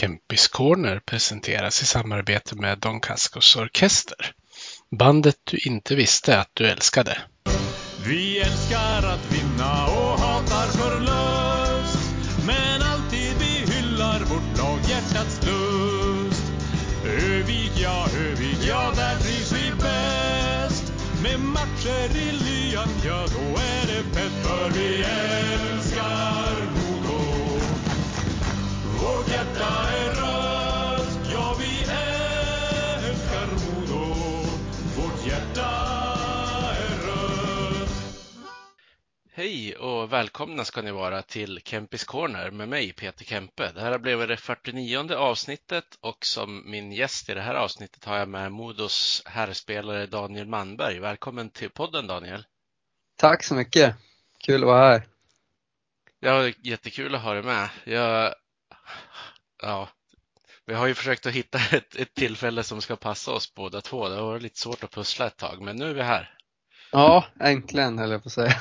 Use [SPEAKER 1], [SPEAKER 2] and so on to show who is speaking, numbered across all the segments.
[SPEAKER 1] Kempis Corner presenteras i samarbete med Don Cascos orkester. Bandet du inte visste att du älskade.
[SPEAKER 2] Vi älskar att vinna och hatar förlust, men alltid vi hyllar vårt lag hjärtats lust. Övik, ja, där trivs vi bäst. Med matcher i lyan, ja då är det fett. För vi älskar Modo. Vårt hjärta är rött, ja vi älskar Modo. Vårt hjärta är rött.
[SPEAKER 1] Hej och välkomna ska ni vara till Kempis Corner med mig Peter Kempe. Det här blev det 49:e avsnittet och som min gäst i det här avsnittet har jag med Modos herrspelare Daniel Manberg. Välkommen till podden Daniel.
[SPEAKER 3] Tack så mycket. Kul att vara här.
[SPEAKER 1] Ja, jättekul att ha dig med. Vi har ju försökt att hitta ett tillfälle som ska passa oss båda två. Det har varit lite svårt att pussla ett tag, men nu är vi här.
[SPEAKER 3] Ja, äntligen höll jag på att säga.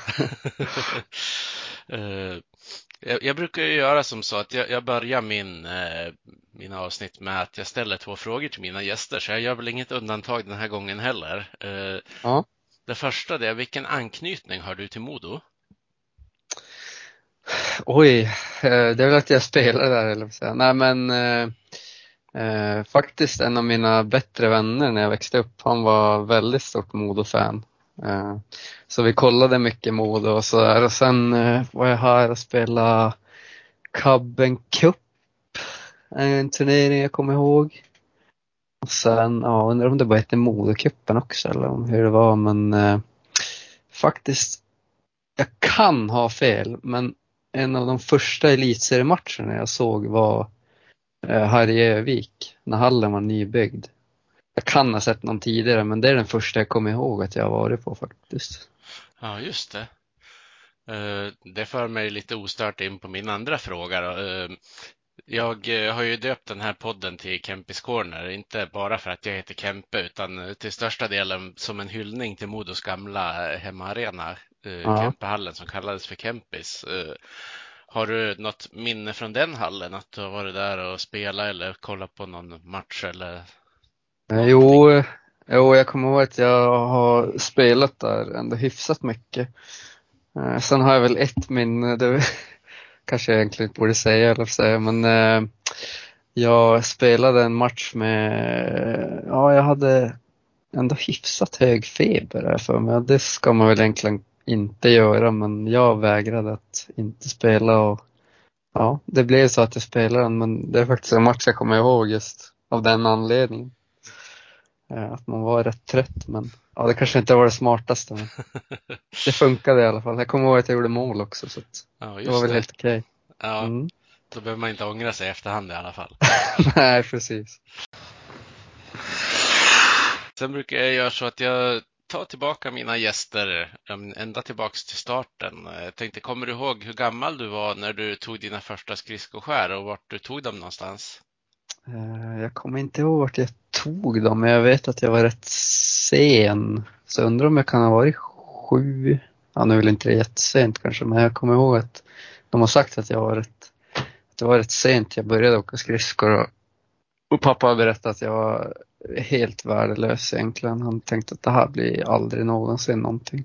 [SPEAKER 1] Jag brukar ju göra som så att jag börjar mina avsnitt med att jag ställer 2 frågor till mina gäster, så jag gör väl inget undantag den här gången heller.
[SPEAKER 3] Ja.
[SPEAKER 1] Det första är, vilken anknytning har du till Modo?
[SPEAKER 3] Oj, det är väl att jag spelar där eller vad säga. Nej men faktiskt en av mina bättre vänner när jag växte upp, han var väldigt stort Modo-fan. Så vi kollade mycket Modo och så där. Och sen var jag här och spelade Cubben Cup, en turnering jag kommer ihåg. Och sen, ja, undrar om det bara hette Modo-cupen också eller om hur det var, men faktiskt, jag kan ha fel, men en av de första elitseriematcherna jag såg var här i Övik, när hallen var nybyggd. Jag kan ha sett någon tidigare, men det är den första jag kommer ihåg att jag har varit på faktiskt.
[SPEAKER 1] Ja, just det. Det för mig lite ostört in på min andra fråga då. Jag har ju döpt den här podden till Kempis Corner, inte bara för att jag heter Kempe utan till största delen som en hyllning till Modos gamla hemmaarena, Kempehallen som kallades för Kempis. Har du något minne från den hallen, att du har varit där och spelat eller kollat på någon match eller
[SPEAKER 3] Jo, jag kommer ihåg att jag har spelat där ändå hyfsat mycket. Sen har jag väl ett minne, det kanske jag egentligen inte borde säga eller säga, men jag spelade en match med, jag hade ändå hyfsat hög feber här för mig. Det ska man väl egentligen inte göra, men jag vägrade att inte spela och ja, det blev så att jag spelade den, men det är faktiskt en match jag kommer ihåg just av den anledningen. Att man var rätt trött, men ja, det kanske inte var det smartaste, men det funkade i alla fall. Jag kommer ihåg att jag gjorde mål också, så att det var väl helt okej.
[SPEAKER 1] Ja,
[SPEAKER 3] Mm.
[SPEAKER 1] då behöver man inte ångra sig i efterhand i alla fall.
[SPEAKER 3] Nej, precis.
[SPEAKER 1] Sen brukar jag göra så att jag tar tillbaka mina gäster ända tillbaks till starten. Jag tänkte, kommer du ihåg hur gammal du var när du tog dina första skridskoskär och vart du tog dem någonstans?
[SPEAKER 3] Jag kommer inte ihåg vart jag tog dem, men jag vet att jag var rätt sen. Så jag undrar om jag kan ha varit 7. Ja, nu är väl inte det jättesent kanske, men jag kommer ihåg att de har sagt att det var rätt sent jag började åka skridskor. Och pappa har berättat att jag var helt värdelös egentligen. Han tänkte att det här blir aldrig någonsin någonting.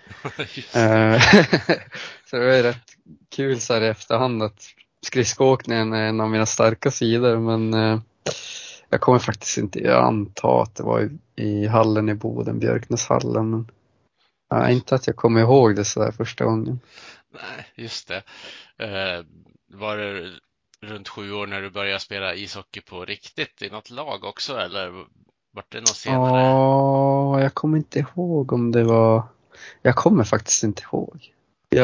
[SPEAKER 3] Så det var rätt kul så här i efterhand att skridskoåkningen är en av mina starka sidor, men jag kommer faktiskt inte, jag antar att det var i hallen i Boden, Björknäshallen, men inte att jag kommer ihåg det så där första gången.
[SPEAKER 1] Nej, just det. Var det runt 7 år när du började spela ishockey på riktigt i något lag också, eller var det något senare?
[SPEAKER 3] Ja, jag kommer inte ihåg om det var, jag kommer faktiskt inte ihåg.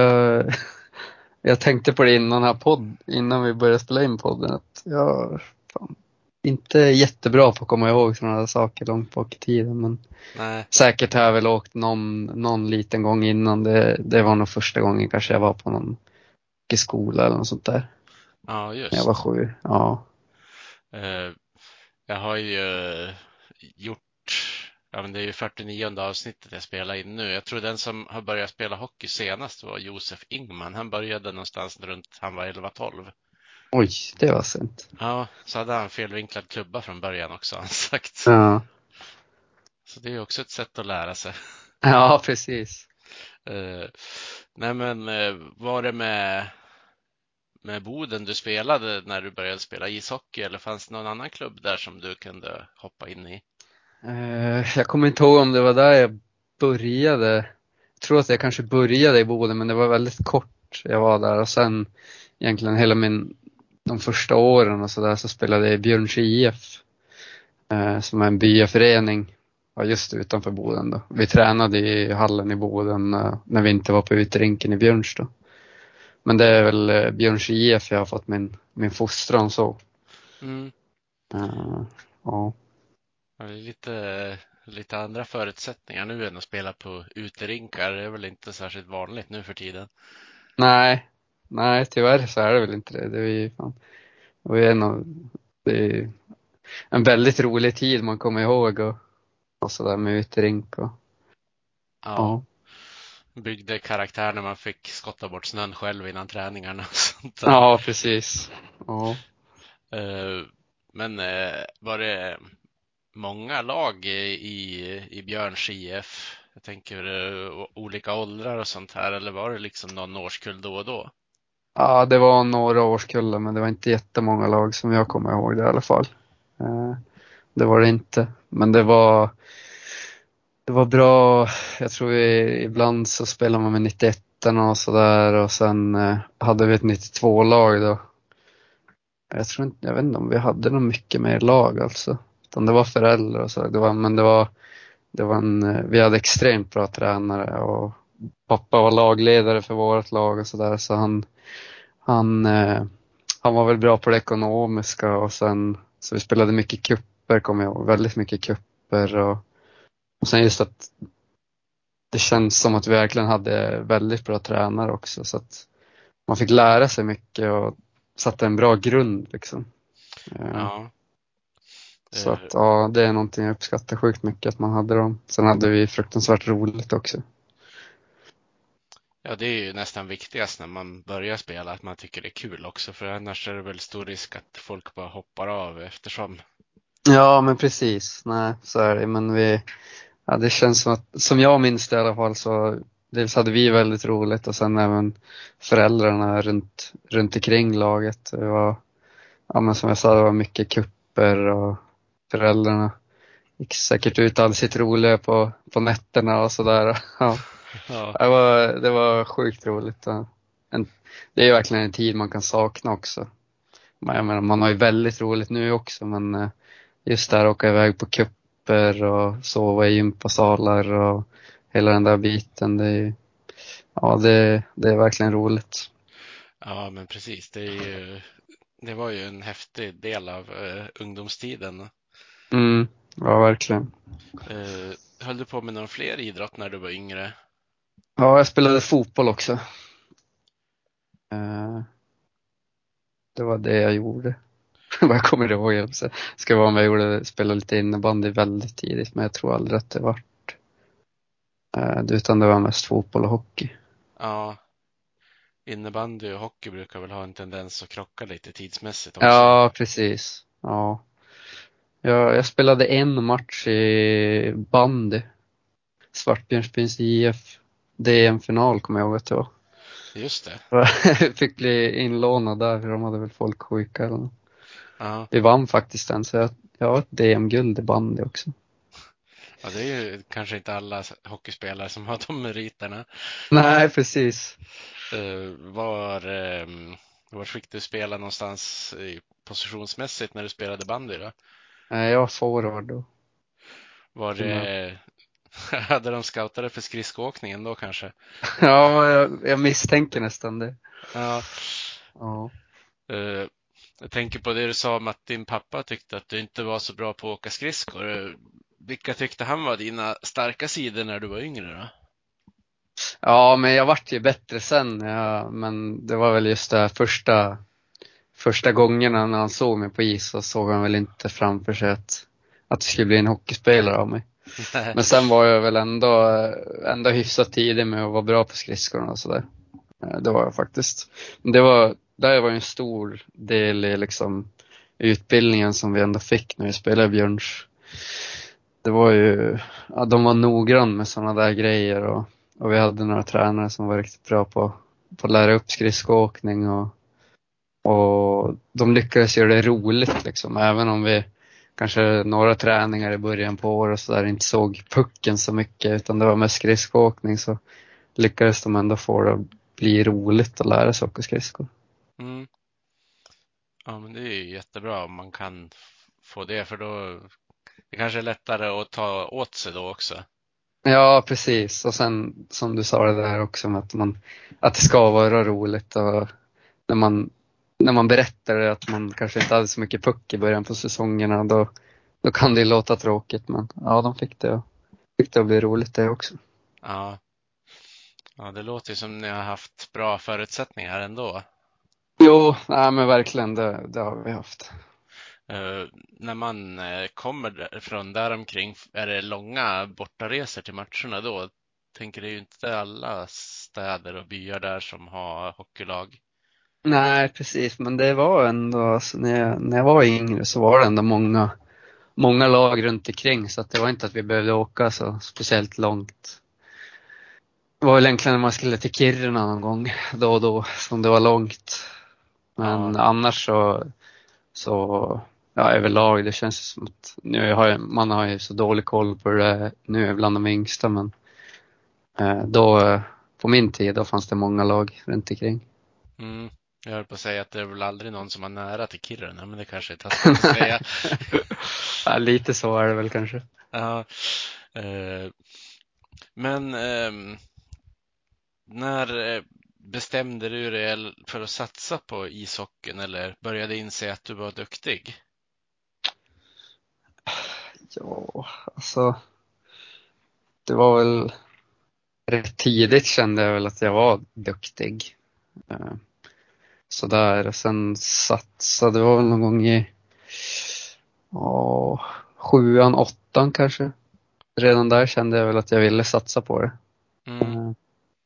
[SPEAKER 3] Jag tänkte på det innan vi började spela in podden, att jag inte jättebra på att komma ihåg sådana här saker långt bak i tiden, men
[SPEAKER 1] Nej.
[SPEAKER 3] säkert har jag väl åkt någon liten gång innan. Det var nog första gången kanske jag var på någon skola eller något sånt där.
[SPEAKER 1] Ja, just.
[SPEAKER 3] När jag var 7, ja.
[SPEAKER 1] Jag har ju gjort, men det är ju 49:e avsnittet jag spelar in nu. Jag tror den som har börjat spela hockey senast var Josef Ingman. Han började någonstans runt, han var 11-12.
[SPEAKER 3] Oj, det var sent.
[SPEAKER 1] Ja, så hade han felvinklad klubba från början också, har han sagt.
[SPEAKER 3] Ja,
[SPEAKER 1] Så det är också ett sätt att lära sig.
[SPEAKER 3] ja precis.
[SPEAKER 1] Eh, nej men, var det med Boden du spelade när du började spela ishockey, eller fanns det någon annan klubb där som du kunde hoppa in i?
[SPEAKER 3] Jag kommer inte ihåg om det var där jag började. Jag tror att jag kanske började i Boden, men det var väldigt kort jag var där. Och sen egentligen hela de första åren och så där så spelade jag i Björns IF. Som är en byaförening, ja, just utanför Boden då. Vi tränade i hallen i Boden när vi inte var på utrinken i Björns då. Men det är väl Björns IF jag har fått min fostran så.
[SPEAKER 1] Mm.
[SPEAKER 3] Ja.
[SPEAKER 1] Ja, det är lite andra förutsättningar nu än att spela på uterinkar. Det är väl inte särskilt vanligt nu för tiden.
[SPEAKER 3] Nej, tyvärr så är det väl inte det. Det är ju fan, det var ju det är en väldigt rolig tid man kommer ihåg och så där med utrink och
[SPEAKER 1] Ja,
[SPEAKER 3] ja.
[SPEAKER 1] byggde karaktär när man fick skotta bort snön själv innan träningarna och sånt där.
[SPEAKER 3] Ja, precis. Ja.
[SPEAKER 1] Eh, Men var det många lag i Björns IF? Jag tänker olika åldrar och sånt här, eller var det liksom någon årskull då och då?
[SPEAKER 3] Ja, det var några årskullar, men det var inte jättemånga lag som jag kommer ihåg det i alla fall. Det var det inte. Men det var bra. Jag tror ibland så spelar man med 91 och sådär, och sen hade vi ett 92-lag då. Jag vet inte om vi hade något mycket mer lag alltså. Utan det var föräldrar och så. Vi hade extremt bra tränare och pappa var lagledare för vårt lag och sådär, så han, eh, han var väl bra på det ekonomiska, och sen så vi spelade mycket kupper, kommer jag ihåg, väldigt mycket kupper och sen just att det känns som att vi verkligen hade väldigt bra tränare också, så att man fick lära sig mycket och satte en bra grund liksom. Eh,
[SPEAKER 1] Ja,
[SPEAKER 3] Så
[SPEAKER 1] eh,
[SPEAKER 3] att ja, det är någonting jag uppskattar sjukt mycket att man hade dem. Sen hade vi fruktansvärt roligt också.
[SPEAKER 1] ja, det är ju nästan viktigast när man börjar spela, att man tycker det är kul också, för annars är det väl stor risk att folk bara hoppar av eftersom.
[SPEAKER 3] Ja, men precis. Nej, så är det. Men ja, det känns som att, som jag minns det i alla fall, så dels hade vi väldigt roligt och sen även föräldrarna runt omkring laget. Det var, ja men som jag sa, det var mycket kupper och föräldrarna gick säkert ut och hade sitt roliga på nätterna och sådär. Ja,
[SPEAKER 1] Ja,
[SPEAKER 3] det var sjukt roligt. Ja. Det är verkligen en tid man kan sakna också. Jag menar, man har ju väldigt roligt nu också, men just där åka iväg på kupper och sova i gympasalar och hela den där biten, det är verkligen roligt.
[SPEAKER 1] ja, men precis. Det var ju en häftig del av ungdomstiden.
[SPEAKER 3] Mm, ja, verkligen.
[SPEAKER 1] Höll du på med någon fler idrott när du var yngre?
[SPEAKER 3] Ja, jag spelade fotboll också. Eh, Det var det jag gjorde. Vad jag kommer ihåg. Så ska vara med, spelade lite innebandy väldigt tidigt, men jag tror aldrig att det var utan det var mest fotboll och hockey.
[SPEAKER 1] Ja, innebandy och hockey brukar väl ha en tendens att krocka lite tidsmässigt också.
[SPEAKER 3] Ja, precis. Ja. Jag spelade en match i bandy. Svartbjörnsbyns IF. DM-final kommer jag ihåg att det var.
[SPEAKER 1] Just det.
[SPEAKER 3] Jag fick bli inlånad där, för de hade väl folk sjuka eller något.
[SPEAKER 1] Ja,
[SPEAKER 3] Vi vann faktiskt den, så jag har ett DM-guld i bandy också.
[SPEAKER 1] ja, det är ju kanske inte alla hockeyspelare som har de meriterna.
[SPEAKER 3] Nej, precis.
[SPEAKER 1] Var fick du spela någonstans positionsmässigt när du spelade bandy då?
[SPEAKER 3] Nej, jag var forward då.
[SPEAKER 1] Var
[SPEAKER 3] Primär.
[SPEAKER 1] det, hade de scoutade för skridskoåkningen då kanske?
[SPEAKER 3] Ja, jag misstänker nästan det.
[SPEAKER 1] Ja,
[SPEAKER 3] Ja.
[SPEAKER 1] eh, jag tänker på det du sa om att din pappa tyckte att du inte var så bra på att åka skridskor. Vilka tyckte han var dina starka sidor när du var yngre då?
[SPEAKER 3] Ja, men jag vart ju bättre sen. Ja, men det var väl just det här första gångerna när han såg mig på is, så såg han väl inte framför sig att det skulle bli en hockeyspelare av mig. Men sen var jag väl ändå hyfsat tidig med att vara bra på skridskorna och sådär. Det var jag faktiskt. Men det var ju en stor del i liksom utbildningen som vi ändå fick när vi spelade Björns. Det var ju, ja, de var noggrann med sådana där grejer och vi hade några tränare som var riktigt bra på att lära upp skridskoåkning och de lyckades göra det roligt liksom, även om vi kanske några träningar i början på året och så där inte såg pucken så mycket utan det var med skridskoåkning, så lyckades de ändå få det att bli roligt att lära sig åka skridskor.
[SPEAKER 1] Mm. Ja, men det är ju jättebra om man kan få det, för då det kanske är lättare att ta åt sig då också.
[SPEAKER 3] Ja, precis. Och sen som du sa det där också med att det ska vara roligt, och när man berättar det att man kanske inte hade så mycket puck i början på säsongerna, då kan det låta tråkigt, men ja, de fick det att bli roligt det också.
[SPEAKER 1] Ja, ja, det låter ju som ni har haft bra förutsättningar ändå.
[SPEAKER 3] Jo, nej, men verkligen, det har vi haft.
[SPEAKER 1] När man kommer från där omkring, är det långa bortaresor till matcherna då? Tänker det är ju inte alla städer och byar där som har hockeylag.
[SPEAKER 3] Nej, precis, men det var ändå, alltså, när jag var yngre så var det ändå många lag runt omkring, så att det var inte att vi behövde åka så speciellt långt. Det var väl egentligen när man skulle till Kiruna någon gång då och då som det var långt. Men
[SPEAKER 1] Ja,
[SPEAKER 3] annars så ja, överlag, det känns som att man har ju så dålig koll på det nu bland de yngsta, men på min tid då fanns det många lag runt omkring.
[SPEAKER 1] mm. Jag höll på att säga att det är väl aldrig någon som har nära till Kiruna, men det kanske är taskigt att säga.
[SPEAKER 3] Ja, lite så är det väl kanske.
[SPEAKER 1] Ja, eh, men när bestämde du dig för att satsa på ishockeyn eller började inse att du var duktig?
[SPEAKER 3] Ja, alltså det var väl rätt tidigt kände jag väl att jag var duktig. Eh, Sådär, och sen satsade, det var väl någon gång i ja, 7:an, 8:an kanske. Redan där kände jag väl att jag ville satsa på det.
[SPEAKER 1] Mm,
[SPEAKER 3] Eh,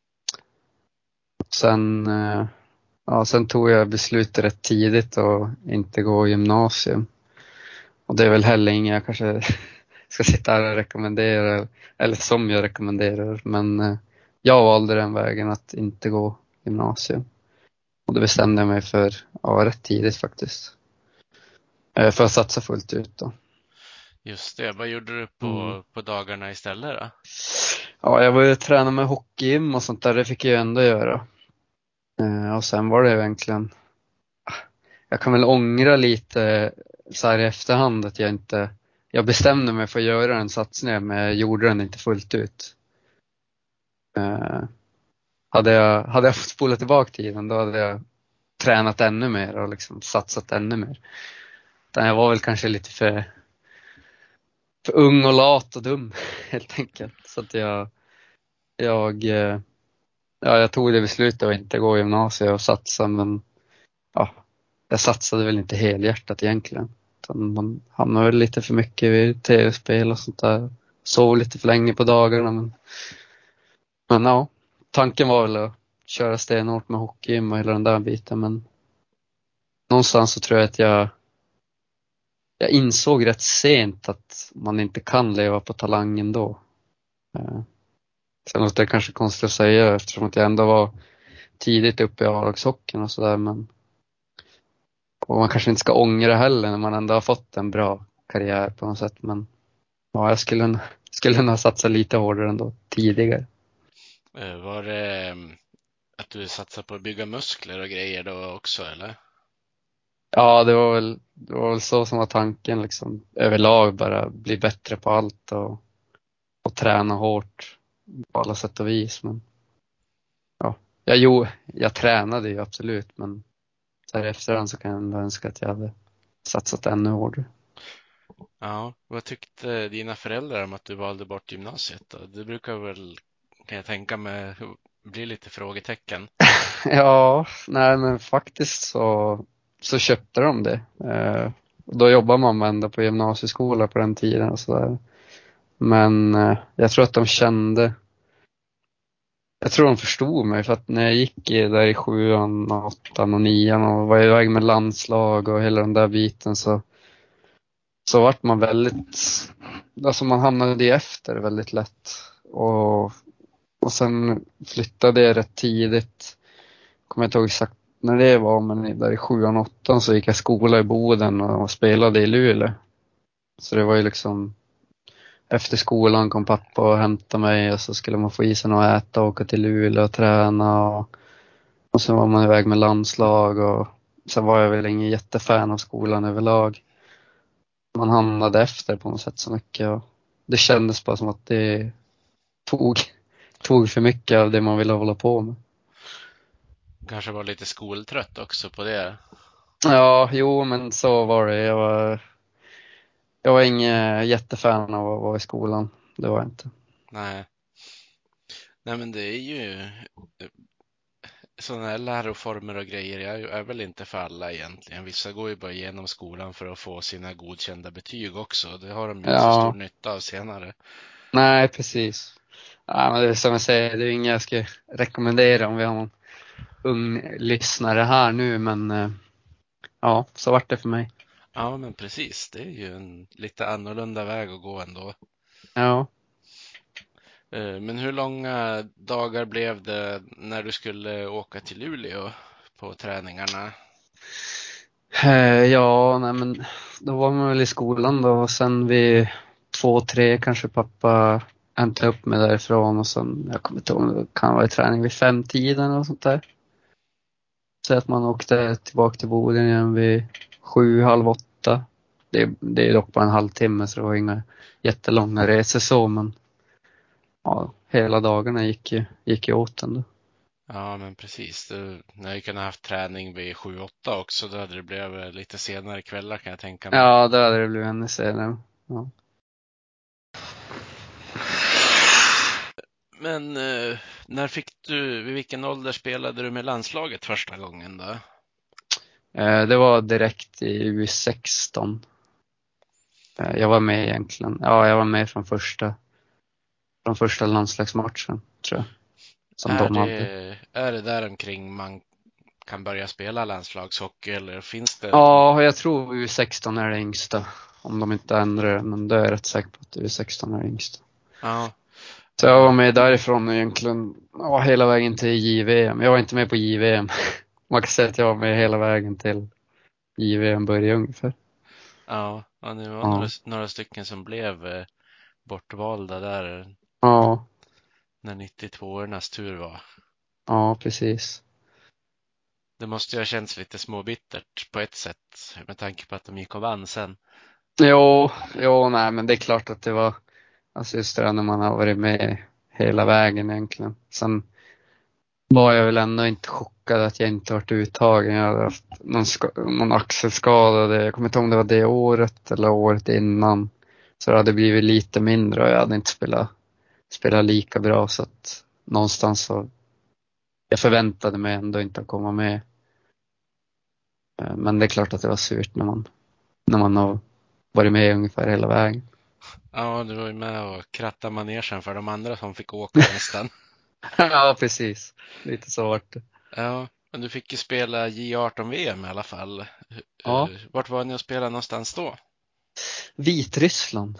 [SPEAKER 3] Sen, sen tog jag beslutet rätt tidigt att inte gå gymnasium. Och det är väl heller inget jag kanske ska sitta här och rekommendera, eller som jag rekommenderar. Men jag valde den vägen att inte gå gymnasium. Och det bestämde jag mig för, ja, rätt tidigt faktiskt. För att satsa fullt ut då.
[SPEAKER 1] just det. Vad gjorde du
[SPEAKER 3] Mm.
[SPEAKER 1] på dagarna istället då?
[SPEAKER 3] Ja, jag var ju tränad med hockeygym och sånt där, det fick jag ju ändå göra. Och sen var det egentligen, jag kan väl ångra lite så här i efterhand att jag bestämde mig för att göra en satsning men jag gjorde den inte fullt ut. Eh, hade jag fått spola tillbaka tiden då hade jag tränat ännu mer och liksom satsat ännu mer. Utan jag var väl kanske lite för ung och lat och dum helt enkelt. Så att jag, eh, jag tog det beslutet att inte gå gymnasiet och satsa, men ja, jag satsade väl inte helhjärtat egentligen. Utan man hamnade väl lite för mycket vid tv-spel och sånt där. Sov lite för länge på dagarna, men ja, tanken var väl att köra stenhårt med hockeygym och hela den där biten, men någonstans så tror jag att jag insåg rätt sent att man inte kan leva på talangen då. Eh, Sen låter det kanske konstigt att säga eftersom att jag ändå var tidigt uppe i A-lagshockeyn och sådär, men och man kanske inte ska ångra heller när man ändå har fått en bra karriär på något sätt, men ja, jag skulle nog satsa lite hårdare ändå tidigare.
[SPEAKER 1] Var det att du satsade på att bygga muskler och grejer då också, eller?
[SPEAKER 3] Ja, det var väl så som var tanken liksom, överlag bara bli bättre på allt och träna hårt på alla sätt och vis, men ja, jag tränade ju absolut, men så här i efterhand så kan jag ändå önska att jag hade satsat ännu hårdare.
[SPEAKER 1] Ja, vad tyckte dina föräldrar om att du valde bort gymnasiet då? Det brukar väl, kan jag tänka mig, bli lite frågetecken.
[SPEAKER 3] Ja, nej men faktiskt så köpte de det. Då jobbar man ändå på gymnasieskola på den tiden och sådär. Men jag tror att de kände Jag tror de förstod mig för att när jag gick där i 7:an, 8:an och 9:an och var iväg med landslag och hela den där biten så vart man väldigt, alltså man hamnade ju efter väldigt lätt och sen flyttade jag rätt tidigt. Kommer jag inte ihåg exakt när det var, men där i 7:an, 8:an så gick jag skola i Boden och spelade i Luleå. Så det var ju liksom efter skolan kom pappa och hämtade mig och så skulle man få i sig något att äta och åka till Luleå och träna och sen var man iväg med landslag och sen var jag väl ingen jättefan av skolan överlag. Man hamnade efter på något sätt så mycket och det kändes bara som att det tog, tog för mycket av det man ville hålla på med.
[SPEAKER 1] Kanske var lite skoltrött också på det.
[SPEAKER 3] Ja, jo men så var det. Jag var ingen jättefan av att vara i skolan. Det var jag inte.
[SPEAKER 1] Nej. Nej, men det är ju sådana här läroformer och grejer är väl inte för alla egentligen. Vissa går ju bara igenom skolan för att få sina godkända betyg också. Det har de ju inte så stor
[SPEAKER 3] Ja,
[SPEAKER 1] nytta av senare.
[SPEAKER 3] nej precis. Ja, men det är som jag säger, det är inget jag ska rekommendera om vi har någon ung lyssnare här nu, men ja, så vart det för mig.
[SPEAKER 1] Ja, men precis. Det är ju en lite annorlunda väg att gå ändå.
[SPEAKER 3] Ja,
[SPEAKER 1] Men hur långa dagar blev det när du skulle åka till Luleå på träningarna?
[SPEAKER 3] ja, nej men då var man väl i skolan då och sen vid 2-3 kanske pappa hämtade upp mig därifrån och sen, jag kommer inte ihåg, det kan vara i träning vid 5-tiden och sånt där. Så att man åkte tillbaka till Boden igen vid 7, halv 8. Det är dock bara en halvtimme så det var inga jättelånga resor så, men ja, hela dagarna gick ju åt ändå.
[SPEAKER 1] Ja, men precis. Ni har ju kunnat haft träning vid 7-8 också. Då hade det blivit lite senare kvällar kan jag tänka mig.
[SPEAKER 3] Ja, då hade det blivit ännu senare. Ja.
[SPEAKER 1] Men när fick vid vilken ålder spelade du med landslaget första gången då?
[SPEAKER 3] Det var direkt i U16. Jag var med egentligen. Ja, jag var med från första landslagsmatchen, tror jag, som
[SPEAKER 1] Är
[SPEAKER 3] de hade.
[SPEAKER 1] det där omkring man kan börja spela landslagshockey eller finns det?
[SPEAKER 3] Ja, jag tror U16 är det yngsta. Om de inte ändrar det, men då är jag rätt säker på att U16 är det yngsta.
[SPEAKER 1] Ja,
[SPEAKER 3] Så jag var med därifrån egentligen, ja, hela vägen till JVM. Jag var inte med på JVM. Man kan säga att jag var med hela vägen till JVM började ungefär.
[SPEAKER 1] ja, det var
[SPEAKER 3] Ja,
[SPEAKER 1] några stycken som blev bortvalda där
[SPEAKER 3] ja,
[SPEAKER 1] när 92-ornas tur var.
[SPEAKER 3] ja, precis.
[SPEAKER 1] Det måste ju ha känts lite småbittert på ett sätt med tanke på att de gick och vann sen.
[SPEAKER 3] Jo, nej, men det är klart att det var, alltså just det där när man har varit med hela vägen egentligen. Sen var jag väl ändå inte chockad att jag inte varit uttagen. Jag hade haft någon axelskada. Jag kommer inte ihåg om det var det året eller året innan. Så det hade blivit lite mindre och jag hade inte spelat lika bra. Så att någonstans så, jag förväntade mig ändå inte att komma med. Men det är klart att det var surt när man har varit med ungefär hela vägen.
[SPEAKER 1] Ja, du var ju med och krattade manegen för de andra som fick åka nästan.
[SPEAKER 3] Ja, precis. Lite så vart det.
[SPEAKER 1] Ja, men du fick ju spela J18-VM i alla fall.
[SPEAKER 3] Ja,
[SPEAKER 1] Vart var ni och spelade någonstans då?
[SPEAKER 3] Vitryssland.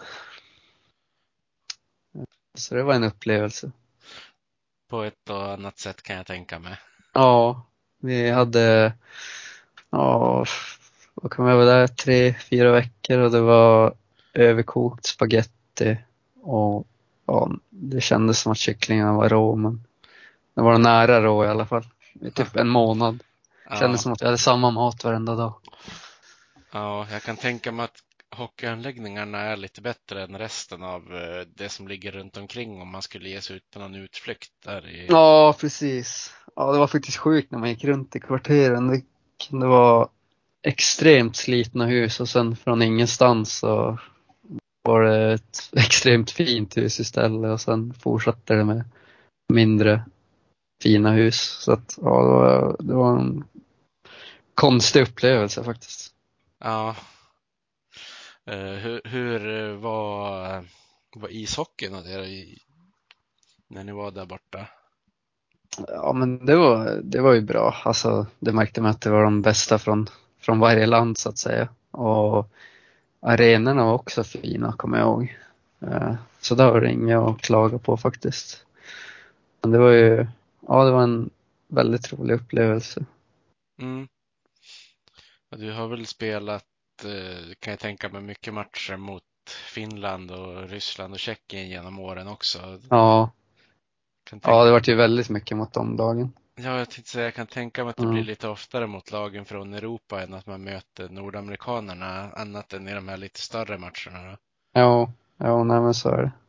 [SPEAKER 3] Så det var en upplevelse.
[SPEAKER 1] På ett och annat sätt kan jag tänka mig.
[SPEAKER 3] Ja, vi hade, ja, vad kan man vara där, 3-4 veckor och det var överkokt spaghetti och ja, det kändes som att kycklingarna var rå, men det var nära rå i alla fall. I typ en månad. Kändes
[SPEAKER 1] Ja,
[SPEAKER 3] som att vi hade samma mat varenda dag.
[SPEAKER 1] ja, jag kan tänka mig att hockeyanläggningarna är lite bättre än resten av det som ligger runt omkring om man skulle ge sig ut på någon utflykt där i...
[SPEAKER 3] Ja, precis. Ja, det var faktiskt sjukt när man gick runt i kvarteren. Det kunde vara extremt slitna hus och sen från ingenstans så var det ett extremt fint hus istället och sen fortsatte det med mindre fina hus. Så att, ja, det var en konstig upplevelse faktiskt.
[SPEAKER 1] Ja, hur var ishockeyn och det när ni var där borta?
[SPEAKER 3] Ja, men det var ju bra. Alltså, det märkte man att det var de bästa från varje land så att säga. Och arenorna var också fina, kommer jag ihåg. Så där var det inget att klaga på faktiskt. Men det var ju, ja, det var en väldigt rolig upplevelse.
[SPEAKER 1] Mm. Och du har väl spelat, kan jag tänka mig, mycket matcher mot Finland och Ryssland och Tjeckien genom åren också.
[SPEAKER 3] Ja,
[SPEAKER 1] Kan
[SPEAKER 3] ja, det
[SPEAKER 1] tänka,
[SPEAKER 3] var ju väldigt mycket mot de lagen.
[SPEAKER 1] ja, jag tänkte säga, jag kan tänka mig att det blir
[SPEAKER 3] Mm.
[SPEAKER 1] lite oftare mot lagen från Europa än att man möter nordamerikanerna, annat än i de här lite större matcherna då.
[SPEAKER 3] Ja, ja, nej men så är det.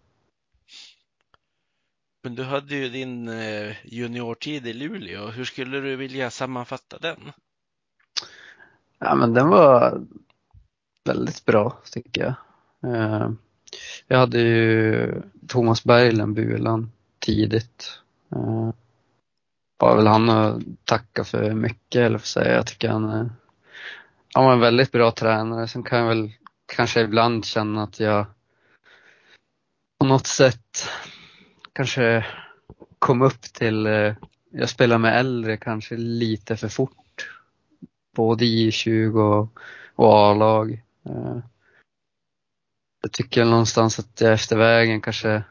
[SPEAKER 1] Men du hade ju din juniortid i Luleå. Hur skulle du vilja sammanfatta den?
[SPEAKER 3] Ja, men den var väldigt bra tycker jag. Eh, Jag hade ju Thomas Berglund Bulan tidigt. Bara väl han att tacka för mycket, eller för säga. Jag tycker han var en väldigt bra tränare. Sen kan jag väl kanske ibland känna att jag på något sätt kanske kom upp till, jag spelar med äldre kanske lite för fort. Både i 20 och A-lag. Jag tycker någonstans att jag efter vägen kanske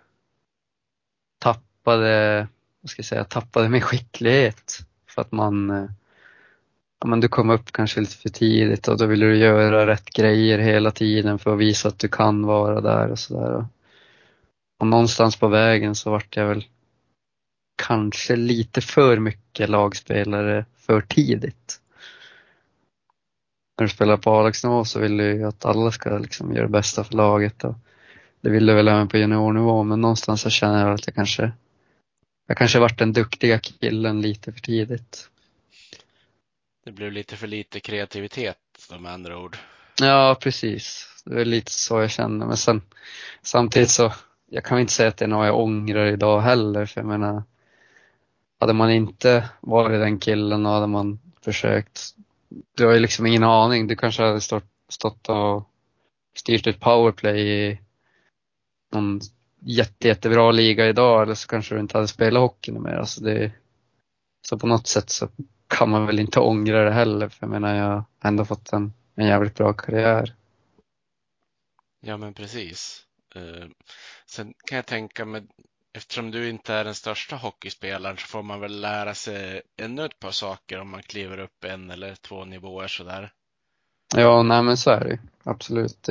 [SPEAKER 3] tappade, vad ska jag säga, tappade min skicklighet. För att ja, men du kom upp kanske lite för tidigt och då vill du göra rätt grejer hela tiden för att visa att du kan vara där och sådär. Och någonstans på vägen så vart jag väl kanske lite för mycket lagspelare för tidigt. När du spelar på A-lagsnivå så vill du ju att alla ska liksom göra det bästa för laget och det vill du väl även på juniornivå, men någonstans så känner jag att jag kanske varit den duktiga killen lite för tidigt.
[SPEAKER 1] Det blev lite för lite kreativitet, med andra ord.
[SPEAKER 3] Ja, precis. Det är lite så jag känner. Men sen samtidigt så, jag kan inte säga att det är något jag ångrar idag heller. För jag menar, hade man inte varit den killen och hade man försökt, du har ju liksom ingen aning. Du kanske hade stått och styrt ett powerplay i någon jättebra liga idag. Eller så kanske du inte hade spelat hockey mer. Alltså så på något sätt så kan man väl inte ångra det heller. För jag menar, jag har ändå fått en jävligt bra karriär.
[SPEAKER 1] Ja, men precis. Sen kan jag tänka mig, eftersom du inte är den största hockeyspelaren så får man väl lära sig ännu ett par saker om man kliver upp en eller två nivåer sådär.
[SPEAKER 3] Ja, nej men så är det ju. Absolut.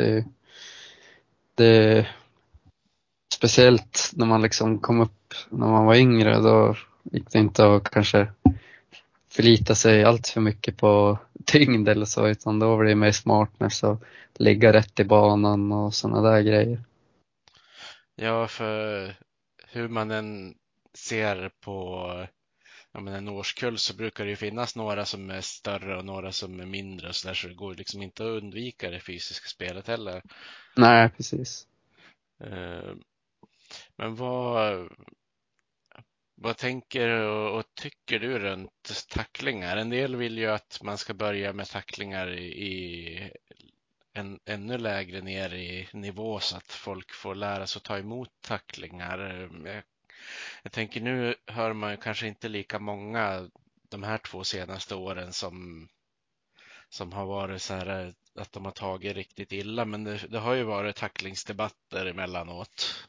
[SPEAKER 3] Det, speciellt när man liksom kom upp när man var yngre, då gick det inte att kanske förlita sig allt för mycket på tyngd eller så, utan då var det mer smartness och ligga rätt i banan och sådana där grejer.
[SPEAKER 1] Ja, för hur man än ser på, ja, men en årskull så brukar det ju finnas några som är större och några som är mindre och så där, så det går liksom inte att undvika det fysiska spelet heller.
[SPEAKER 3] Nej, precis.
[SPEAKER 1] Eh, Men vad tänker och tycker du runt tacklingar? En del vill ju att man ska börja med tacklingar i en ännu lägre ner i nivå så att folk får lära sig att ta emot tacklingar. Jag tänker, nu hör man ju kanske inte lika många de här 2 senaste åren som har varit så här att de har tagit riktigt illa, men det har ju varit tacklingsdebatter emellanåt.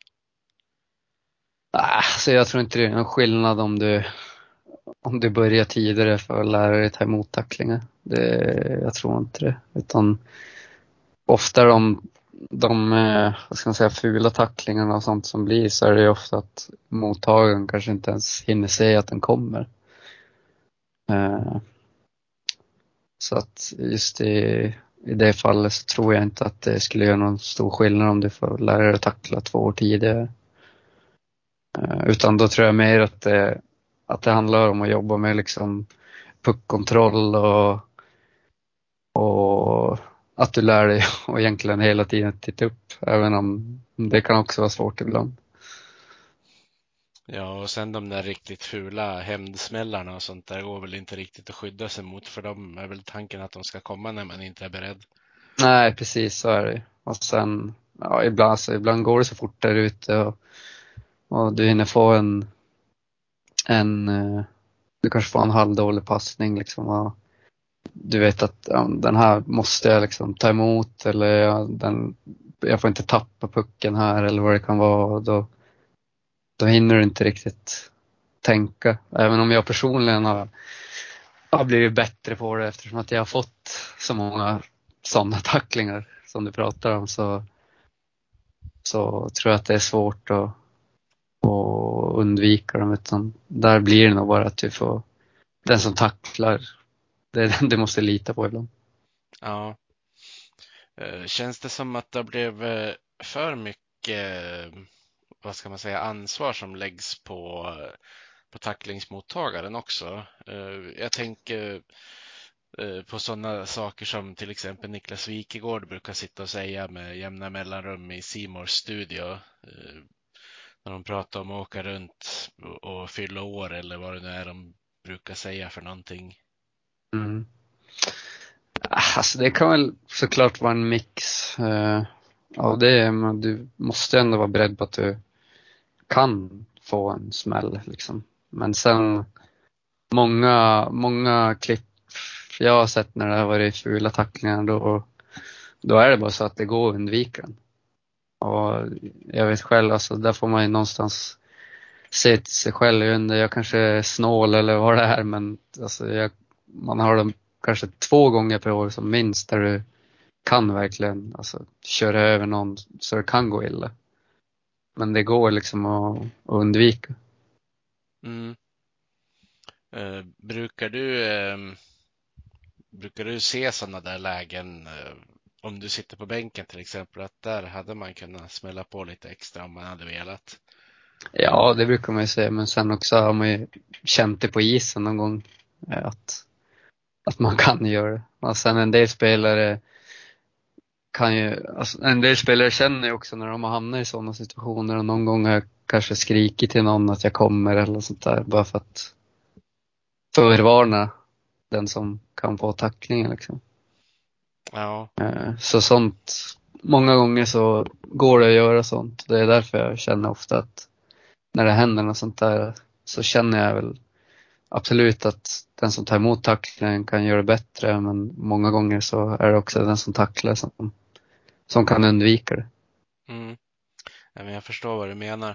[SPEAKER 3] Så jag tror inte det är någon skillnad om du börjar tidigare för att lära dig ta emot tacklingar. Jag tror inte det. Utan ofta vad ska man säga, fula tacklingarna och sånt som blir, så är det ju ofta att mottagaren kanske inte ens hinner se att den kommer. Eh, Så att just i det fallet så tror jag inte att det skulle göra någon stor skillnad om du får lära dig att tackla 2 år tidigare. Utan då tror jag mer att det handlar om att jobba med liksom puckkontroll och att du lär dig och egentligen hela tiden titta upp, även om det kan också vara svårt ibland.
[SPEAKER 1] Ja, och sen de där riktigt fula hämndsmällarna och sånt där går väl inte riktigt att skydda sig mot, för de är väl tanken att de ska komma när man inte är beredd.
[SPEAKER 3] Nej, precis så är det. Och sen, ja, ibland går det så fort där ute och du hinner få du kanske får en halvdålig passning liksom, och du vet att den här måste jag liksom ta emot, eller jag får inte tappa pucken här eller vad det kan vara, och då hinner du inte riktigt tänka. Även om jag personligen har blivit bättre på det eftersom att jag har fått så många sådana tacklingar som du pratar om, så tror jag att det är svårt att undvika dem, utan där blir det nog bara att den som tacklar, det är den du måste lita på ibland.
[SPEAKER 1] Ja. Känns det som att det blev för mycket, vad ska man säga, ansvar som läggs på tacklingsmottagaren också? Jag tänker på sådana saker som till exempel Niklas Wikegård brukar sitta och säga med jämna mellanrum i C Mores studio, när de pratar om att åka runt och fylla år eller vad det nu är de brukar säga för någonting.
[SPEAKER 3] Mm. Alltså det kan väl såklart vara en mix av det, men du måste ändå vara beredd på att du kan få en smäll liksom. Men sen många klipp jag har sett när det har varit fula tacklingar, då är det bara så att det går att undvika den. Och jag vet själv, alltså där får man ju någonstans se till sig själv. Jag kanske är snål eller vad det är, men alltså man har dem kanske 2 gånger per år som minst där du kan verkligen alltså köra över någon så det kan gå illa. Men det går liksom att undvika.
[SPEAKER 1] Mm. Brukar du se sådana där lägen, om du sitter på bänken till exempel, att där hade man kunnat smälla på lite extra om man hade velat?
[SPEAKER 3] Ja, det brukar man ju säga, men sen också har man ju känt det på isen någon gång att man kan göra det. Och sen en del spelare känner ju också när de har hamnat i sådana situationer, och någon gång har jag kanske skrikit till någon att jag kommer eller sånt där, bara för att förvarna den som kan få tacklingen liksom.
[SPEAKER 1] Ja.
[SPEAKER 3] Så sånt, många gånger så går det att göra sånt. Det är därför jag känner ofta att när det händer något sånt där så känner jag väl absolut att den som tar emot tacklingen kan göra det bättre, men många gånger så är det också den som tacklar som kan undvika det.
[SPEAKER 1] Mm. Ja, men jag förstår vad du menar.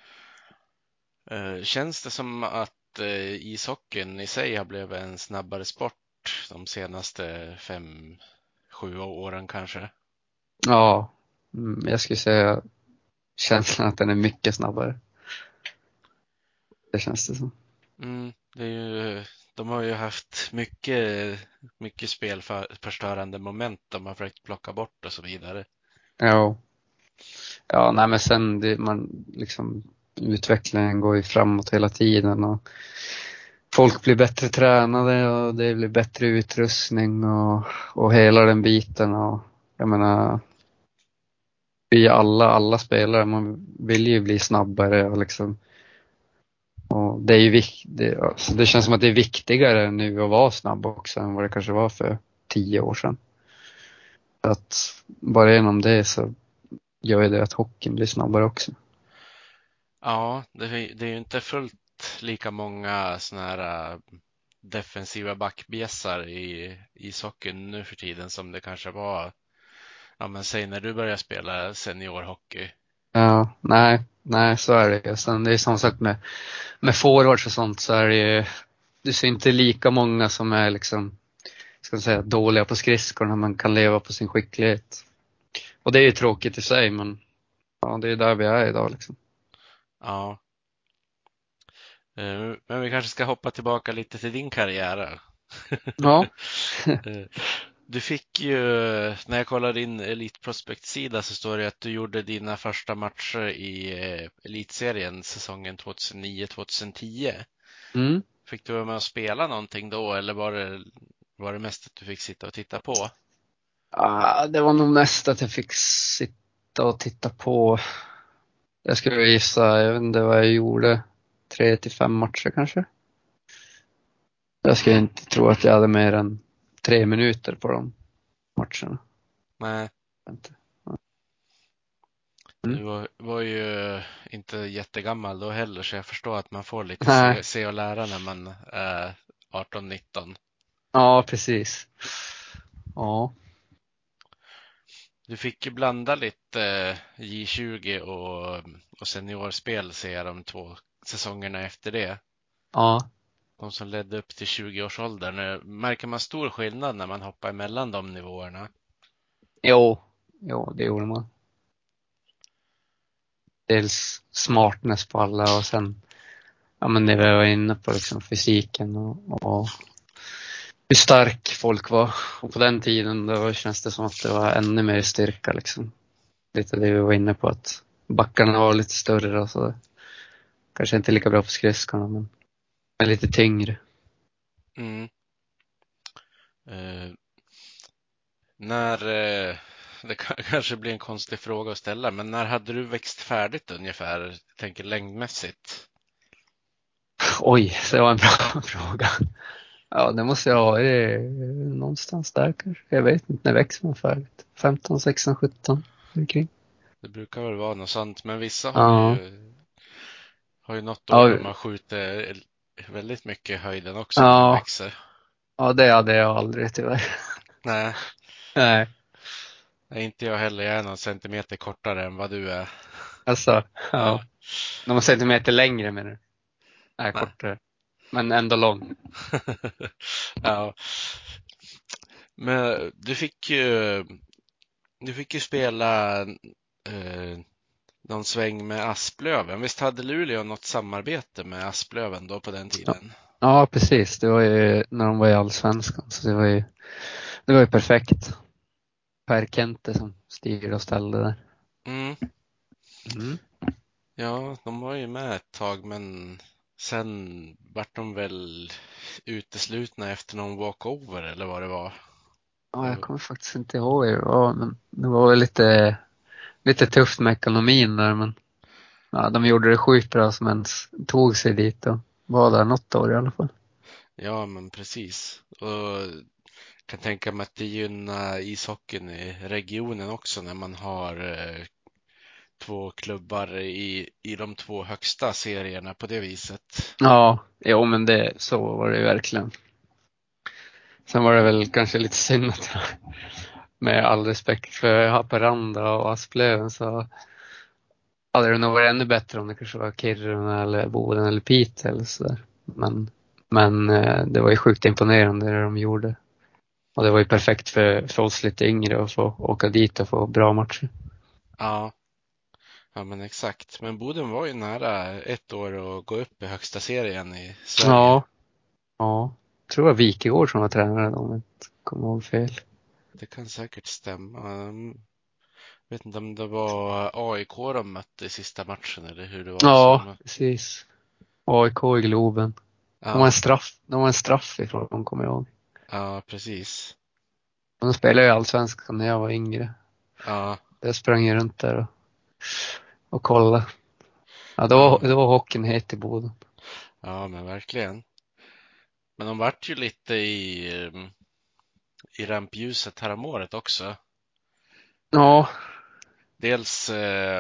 [SPEAKER 1] Känns det som att ishockeyn i sig har blivit en snabbare sport de senaste 5-7 åren kanske?
[SPEAKER 3] Ja, jag skulle säga känslan att den är mycket snabbare. Det känns det som.
[SPEAKER 1] Mm, de har ju haft mycket spelförstörande moment de har försökt plocka bort och så vidare.
[SPEAKER 3] Ja, ja, nej men sen man liksom utvecklingen går ju framåt hela tiden, och folk blir bättre tränade och det blir bättre utrustning och hela den biten, och jag menar vi alla spelare, man vill ju bli snabbare och liksom, och det är ju alltså det känns som att det är viktigare nu att vara snabb också än vad det kanske var för 10 år sedan. Att bara genom det så gör det att hockeyn blir snabbare också.
[SPEAKER 1] Ja, det är ju inte fullt lika många såna här defensiva backbjässar i ishockeyn nu för tiden som det kanske var, ja men säg när du började spela seniorhockey.
[SPEAKER 3] Ja, nej, så är det ju. Sen det är samma sak med forwards och sånt, så är det ju, det ser inte lika många som är liksom, ska man säga, dåliga på skridskorna, man kan leva på sin skicklighet. Och det är ju tråkigt i sig, men ja, det är där vi är idag liksom.
[SPEAKER 1] Ja, men vi kanske ska hoppa tillbaka lite till din karriär.
[SPEAKER 3] Ja.
[SPEAKER 1] Eh, Du fick ju, när jag kollar din Elite Prospect-sida så står det att du gjorde dina första matcher i Elitserien säsongen 2009-2010.
[SPEAKER 3] Mm.
[SPEAKER 1] Fick du vara med och spela någonting då eller var det mest att du fick sitta och titta på?
[SPEAKER 3] Det var nog mest att jag fick sitta och titta på. Jag skulle gissa, jag vet inte vad jag gjorde, 3 till 5 matcher kanske. Jag skulle inte tro att jag hade mer än 3 minuter på de matcherna.
[SPEAKER 1] Nej.
[SPEAKER 3] Inte.
[SPEAKER 1] Du var ju inte jättegammal då heller, så jag förstår att man får lite
[SPEAKER 3] Nej.
[SPEAKER 1] se och lära när man är 18-19.
[SPEAKER 3] Ja, precis. Ja.
[SPEAKER 1] Du fick ju blanda lite J20 och seniorspel, ser jag, de 2 säsongerna efter det.
[SPEAKER 3] Ja.
[SPEAKER 1] De som ledde upp till 20-årsåldern. Märker man stor skillnad när man hoppar emellan de nivåerna?
[SPEAKER 3] Jo, det gjorde man. Dels smartness på alla och sen, ja men det vi var inne på liksom fysiken och hur stark folk var. Och på den tiden då känns det som att det var ännu mer styrka liksom. Lite det vi var inne på, att backarna var lite större och så. Kanske inte lika bra på skridskorna, men lite tyngre.
[SPEAKER 1] Mm. Eh, när, det kanske blir en konstig fråga att ställa, men när hade du växt färdigt ungefär? Jag tänker längdmässigt.
[SPEAKER 3] Oj, det var en bra fråga. Ja, det måste jag ha någonstans där kanske. Jag vet inte, när växer man färdigt? 15, 16, 17 omkring.
[SPEAKER 1] Det brukar väl vara något sånt, men vissa
[SPEAKER 3] Ja,
[SPEAKER 1] har ju något år
[SPEAKER 3] ja,
[SPEAKER 1] de har skjutit väldigt mycket i höjden också när de
[SPEAKER 3] ja,
[SPEAKER 1] växer.
[SPEAKER 3] ja, det hade jag aldrig tyvärr.
[SPEAKER 1] Nej,
[SPEAKER 3] Nej,
[SPEAKER 1] inte jag heller. Jag är någon centimeter kortare än vad du är.
[SPEAKER 3] alltså,
[SPEAKER 1] Ja.
[SPEAKER 3] ja. Någon centimeter längre menar du? Nej,
[SPEAKER 1] Nej.
[SPEAKER 3] kortare. Men ändå lång.
[SPEAKER 1] Ja. Men du fick ju spela någon sväng med Asplöven. Visst hade Luleå något samarbete med Asplöven då på den
[SPEAKER 3] Ja,
[SPEAKER 1] tiden?
[SPEAKER 3] ja, precis. Det var ju när de var i Allsvenskan, så det var ju perfekt. Per Kente som styrde och ställde där.
[SPEAKER 1] Mm.
[SPEAKER 3] Mm.
[SPEAKER 1] Ja, de var ju med ett tag, men sen vart de väl uteslutna efter någon walkover eller vad det var.
[SPEAKER 3] Ja, jag kommer faktiskt inte ihåg hur det var, men det var väl lite tufft med ekonomin där, men ja, de gjorde det sjukt bra som ens tog sig dit och var där något år i alla fall.
[SPEAKER 1] Ja, men precis. Och kan tänka mig att det gynnar ishockeyn i regionen också när man har 2 klubbar i de 2 högsta serierna på det viset.
[SPEAKER 3] Ja, jo men så var det ju verkligen. Sen var det väl kanske lite synd att med all respekt för Haparanda och Asplöven så hade det nog varit ännu bättre om det kanske var Kiruna eller Boden eller Piteå eller sådär. Men det var ju sjukt imponerande det de gjorde. Och det var ju perfekt för oss lite yngre att få åka dit och få bra matcher.
[SPEAKER 1] Ja, ja men exakt. Men Boden var ju nära ett år att gå upp i högsta serien i Sverige.
[SPEAKER 3] Ja, ja. Jag tror det var Wikegård som var tränare då, om jag inte kommer ihåg fel.
[SPEAKER 1] Det kan säkert stämma. Vet inte om det var AIK de mötte i sista matchen eller hur det var.
[SPEAKER 3] Ja, precis. AIK i Globen.
[SPEAKER 1] Ja,
[SPEAKER 3] De var en straff ifrån dem, kommer jag ihåg.
[SPEAKER 1] ja, precis.
[SPEAKER 3] De spelade ju Allsvenskan när jag var yngre.
[SPEAKER 1] Ja,
[SPEAKER 3] Jag sprang ju runt där och kollade. Ja,
[SPEAKER 1] ja,
[SPEAKER 3] då var hockeyn het i Boden.
[SPEAKER 1] ja, men verkligen. Men de vart ju lite i rampljuset häromåret också.
[SPEAKER 3] Ja,
[SPEAKER 1] Dels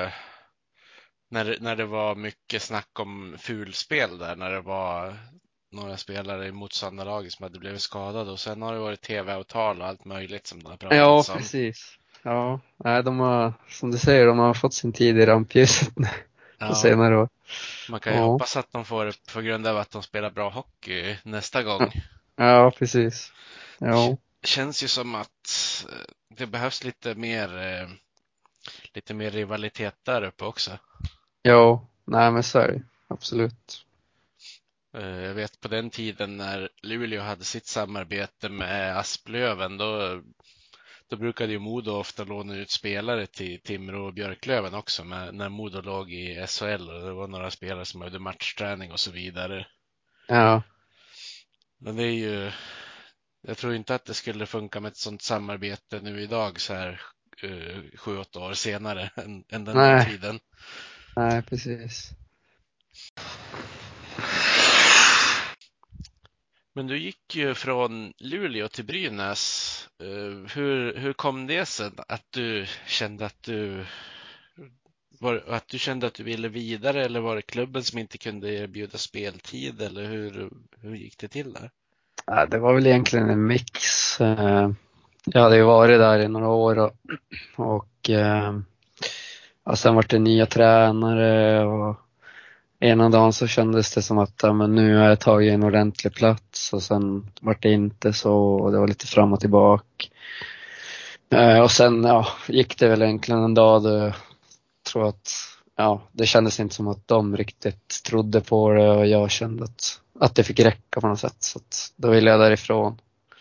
[SPEAKER 1] när det var mycket snack om fulspel där, när det var några spelare i motståndarlaget som hade blivit skadade, och sen har det varit tv-avtal och allt möjligt som det har
[SPEAKER 3] ja,
[SPEAKER 1] pratats om.
[SPEAKER 3] precis. Ja, nej, de har, som du säger, de har fått sin tid i rampljuset på
[SPEAKER 1] Ja,
[SPEAKER 3] senare år.
[SPEAKER 1] man kan ju
[SPEAKER 3] Ja,
[SPEAKER 1] hoppas att de får det på grund av att de spelar bra hockey nästa gång.
[SPEAKER 3] ja, precis. Ja,
[SPEAKER 1] Känns ju som att det behövs lite mer rivalitet där uppe också.
[SPEAKER 3] ja, nej men så är det. Absolut.
[SPEAKER 1] Jag vet på den tiden när Luleå hade sitt samarbete med Asplöven, då brukade ju Modo ofta låna ut spelare till Timrå och Björklöven också, när Modo låg i SHL, och det var några spelare som hade matchträning och så vidare.
[SPEAKER 3] Ja,
[SPEAKER 1] Men det är ju, jag tror inte att det skulle funka med ett sådant samarbete nu idag, så här 7-8 år senare än den där
[SPEAKER 3] nej,
[SPEAKER 1] tiden.
[SPEAKER 3] nej, precis.
[SPEAKER 1] Men du gick ju från Luleå till Brynäs. Hur kom det sig att du kände att du var det att du kände att du ville vidare, eller var det klubben som inte kunde erbjuda speltid, eller hur gick det till där?
[SPEAKER 3] Ja, det var väl egentligen en mix. Jag hade ju varit där i några år och ja, sen var det nya tränare och ena dagen så kändes det som att ja, men nu har jag tagit en ordentlig plats och sen var det inte så och det var lite fram och tillbaka. Och sen ja, gick det väl egentligen en dag då jag tror att ja, det kändes inte som att de riktigt trodde på det och jag kände att det fick räcka på något sätt. Så att då ville jag därifrån.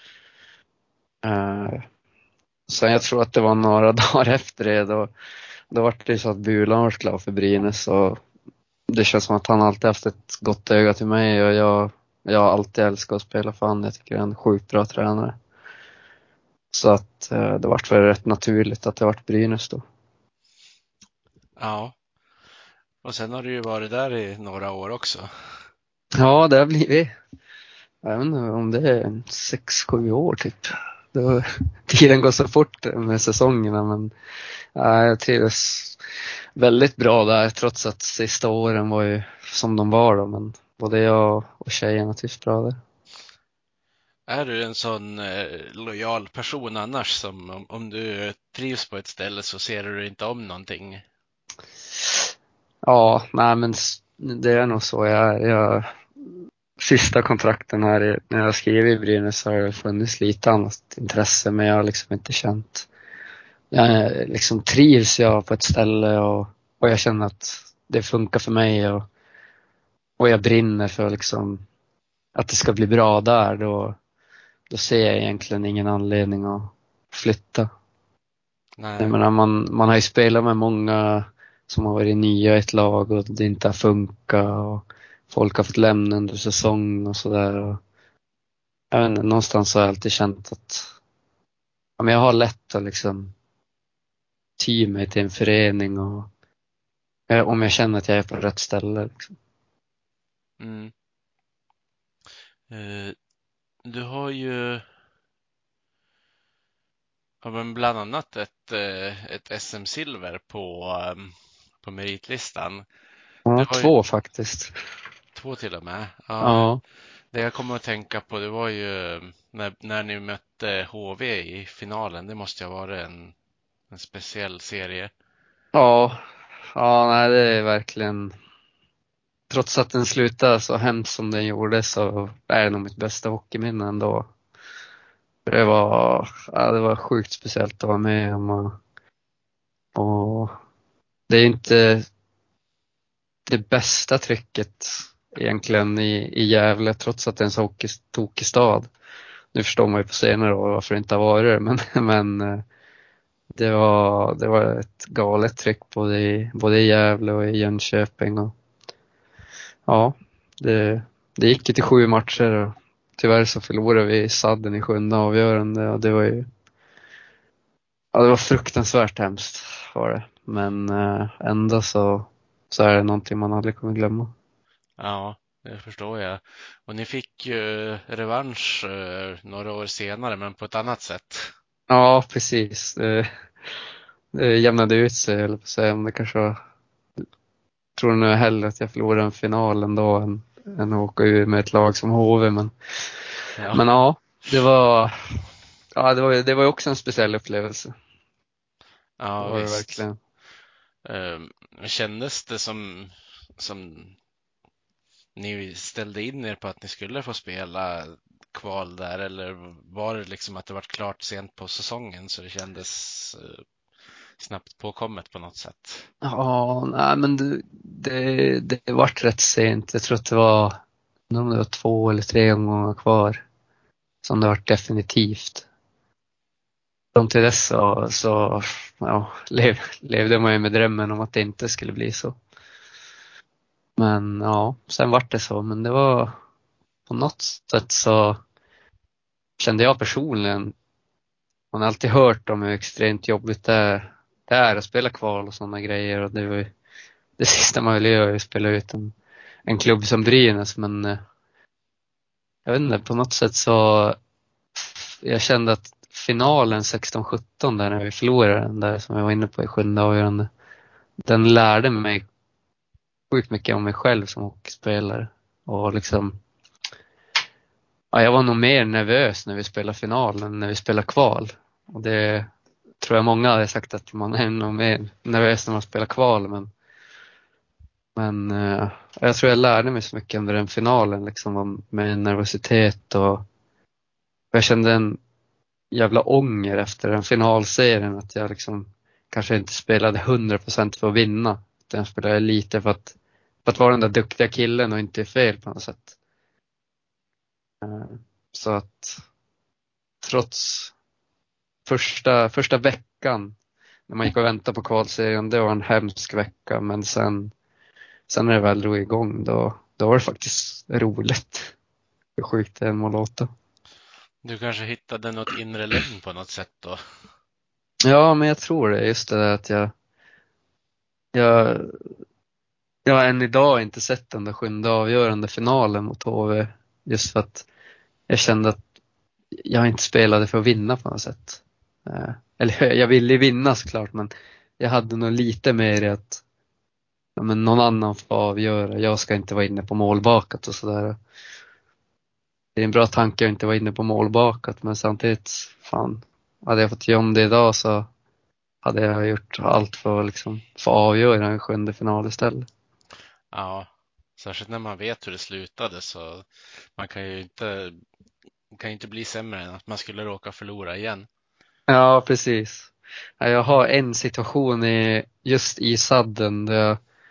[SPEAKER 3] Sen jag tror att det var några dagar efter det då var det så att Bulan var klar för Brynäs och det känns som att han alltid haft ett gott öga till mig och jag har alltid älskat att spela för han. Jag tycker han är en sjukt bra tränare. Så att det vart väl rätt naturligt att det vart Brynäs då.
[SPEAKER 1] Ja, och sen har du ju varit där i några år också.
[SPEAKER 3] Ja, det har blivit, jag vet inte om det är 6-7 år typ. Tiden går så fort med säsongerna men jag trivs väldigt bra där trots att sista åren var ju som de var då, men både jag och tjejerna trivs bra där.
[SPEAKER 1] Är du en sån lojal person annars, som om du trivs på ett ställe så ser du inte om någonting?
[SPEAKER 3] Ja, nej men det är nog så jag sista kontrakten här när jag skrev i Brynäs har det funnits lite annat intresse men jag har liksom inte känt jag liksom trivs jag på ett ställe och jag känner att det funkar för mig och jag brinner för liksom att det ska bli bra där då ser jag egentligen ingen anledning att flytta. Jag
[SPEAKER 1] Nej.
[SPEAKER 3] menar, man har ju spelat med många som har varit nya i ett lag och det inte har funkat och folk har fått lämna under säsong och sådär. Jag vet inte, någonstans har jag alltid känt att ja, men jag har lätt att liksom ty mig till en förening och om jag känner att jag är på rätt ställe. Liksom.
[SPEAKER 1] Mm. Eh, Du har ju ja, men bland annat ett SM-silver på meritlistan. Du
[SPEAKER 3] Ja,
[SPEAKER 1] har ju
[SPEAKER 3] 2 faktiskt.
[SPEAKER 1] 2 till och med. Ja,
[SPEAKER 3] Ja,
[SPEAKER 1] det jag kommer att tänka på, det var ju när ni mötte HV i finalen. Det måste ju ha varit en speciell serie.
[SPEAKER 3] ja, ja, nej det är verkligen trots att den slutade så hemskt som den gjorde så är det nog mitt bästa hockeyminne ändå. Det var sjukt speciellt att vara med om och det är inte det bästa trycket egentligen i Gävle trots att det är en så hockeytokig stad. Nu förstår man ju på senare år varför det inte har varit det, men det var ett galet tryck både i Gävle och i Jönköping och ja, det gick ju till 7 matcher och tyvärr så förlorade vi sadden i 7:e avgörande och det var ju ja, det var fruktansvärt hemskt var det. Men ändå så är det någonting man aldrig kommer glömma.
[SPEAKER 1] Ja, det förstår jag. Och ni fick ju revansch några år senare, men på ett annat sätt.
[SPEAKER 3] Ja, precis. Det jämnade ut sig, eller på att säga. Men det kanske var, tror nog hellre att jag förlorade en final ändå än att åka ur med ett lag som HV.
[SPEAKER 1] Ja,
[SPEAKER 3] Men ja, det var ju också en speciell upplevelse. Det
[SPEAKER 1] ja
[SPEAKER 3] var det
[SPEAKER 1] visst.
[SPEAKER 3] verkligen.
[SPEAKER 1] Kändes det som ni ställde in er på att ni skulle få spela kval där, eller var det liksom att det var klart sent på säsongen så det kändes snabbt påkommet på något sätt?
[SPEAKER 3] Ja, nej, men det vart rätt sent. Jag tror att om det var 2 eller 3 omgångar kvar som det vart definitivt. Fram till dess så ja, levde man ju med drömmen om att det inte skulle bli så. Men ja, sen vart det så. Men det var på något sätt så kände jag personligen, man har alltid hört om hur extremt jobbigt det är att spela kval och sådana grejer. Och det var ju det sista man ville göra, att spela ut en klubb som Brynäs. Men jag vet inte, på något sätt så jag kände att finalen 16-17 där när vi förlorade den där som jag var inne på i 7:e avgörande. den lärde mig sjukt mycket om mig själv som hockeyspelare. Och liksom, ja, jag var nog mer nervös när vi spelade final än när vi spelade kval. Och det tror jag många hade sagt att man är nog mer nervös när man spelar kval. Men jag tror jag lärde mig så mycket under den finalen liksom, med nervositet och jag kände en jävla ånger efter den finalserien att jag liksom kanske inte spelade 100% för att vinna. Utan jag spelade lite för att vara den där duktiga killen och inte är fel på något sätt. Så att trots första veckan när man gick och väntade på kvalserien, det var en hemsk vecka. Men sen när det väl drog igång då var det faktiskt roligt. Hur sjukt det än må låta.
[SPEAKER 1] Du kanske hittade något inre lugn på något sätt då?
[SPEAKER 3] Ja, men jag tror det. Just det där att jag, jag har än idag inte sett den där sjunde avgörande finalen mot HV. Just för att jag kände att jag inte spelade för att vinna på något sätt. Eller jag ville vinna såklart, men jag hade nog lite mer i att ja, men någon annan får avgöra. Jag ska inte vara inne på målbakat och sådär. Det är en bra tanke att inte vara inne på målbakat, men samtidigt, fan, hade jag fått göra om det idag så hade jag gjort allt för att liksom få avgöra en sjunde final istället.
[SPEAKER 1] Ja, särskilt när man vet hur det slutade så man kan ju inte bli sämre än att man skulle råka förlora igen.
[SPEAKER 3] Ja, precis. Ja, jag har en situation just i sadden där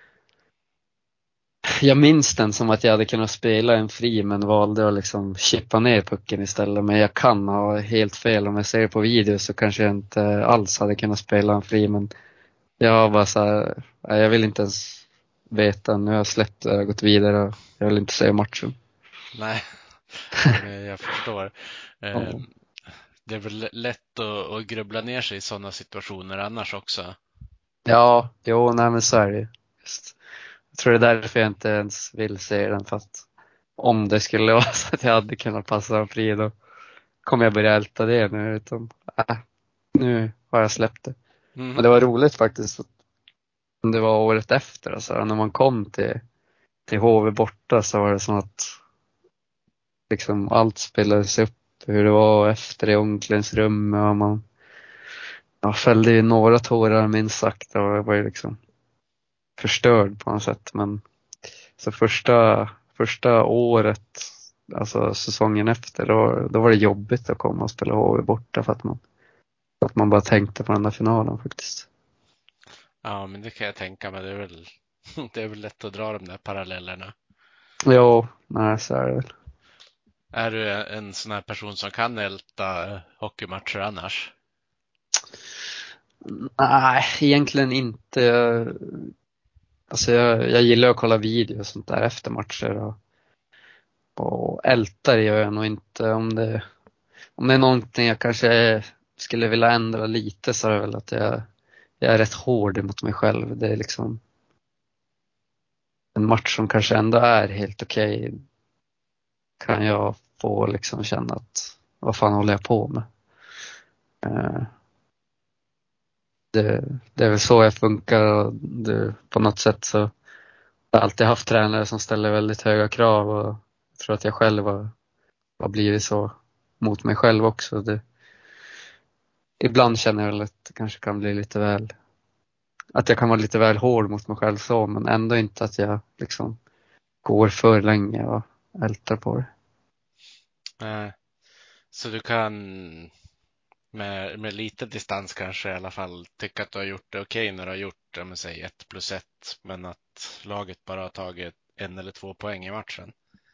[SPEAKER 3] jag minns den som att jag hade kunnat spela en fri men valde att liksom chippa ner pucken istället. Men jag kan ha helt fel. Om jag ser på video så kanske jag inte alls hade kunnat spela en fri. Men jag var så här, nej, jag vill inte ens veta. Nu har jag släppt och gått vidare och jag vill inte se matchen.
[SPEAKER 1] Nej, men jag förstår. Eh,
[SPEAKER 3] Ja,
[SPEAKER 1] Det är väl lätt att grubbla ner sig i sådana situationer annars också.
[SPEAKER 3] ja, jo, nej men så är det ju. Just. Jag tror det är därför jag inte ens vill se den. Fast om det skulle vara så att jag hade kunnat passa en fri då kommer jag börja älta det nu. Utan, nu har jag släppt det. Men
[SPEAKER 1] Mhm.
[SPEAKER 3] det var roligt faktiskt. Det var året efter. Alltså, när man kom till HV borta så var det som att liksom, allt spelades upp. Hur det var efter i omklädningsrummet. Och man fällde ju några tårar minst sagt. Och jag var ju liksom förstörd på något sätt. Men så första året, alltså säsongen efter, då var det jobbigt att komma och spela HV borta för att man bara tänkte på den där finalen faktiskt.
[SPEAKER 1] Ja, men det kan jag tänka mig. Det är väl lätt att dra de där parallellerna.
[SPEAKER 3] Jo, nej så är det väl.
[SPEAKER 1] Är du en sån här person som kan älta hockeymatcher annars?
[SPEAKER 3] Nej, egentligen inte. Alltså jag gillar att kolla video och sånt där efter matcher och ältar gör jag nog inte. Om det är någonting jag kanske skulle vilja ändra lite så är det väl att jag är rätt hård mot mig själv. Det är liksom en match som kanske ändå är helt okej. Kan jag få liksom känna att vad fan håller jag på med? Eh, det är väl så jag funkar och på något sätt så har jag alltid haft tränare som ställer väldigt höga krav och jag tror att jag själv har blivit så mot mig själv också. Ibland känner jag väl att det kanske kan bli lite väl, att jag kan vara lite väl hård mot mig själv så, men ändå inte att jag liksom går för länge och ältar på det.
[SPEAKER 1] Så du kan med lite distans kanske i alla fall tycka att du har gjort det okej när du har gjort, om man säger 1+1, men att laget bara har tagit 1 eller 2 poäng i matchen.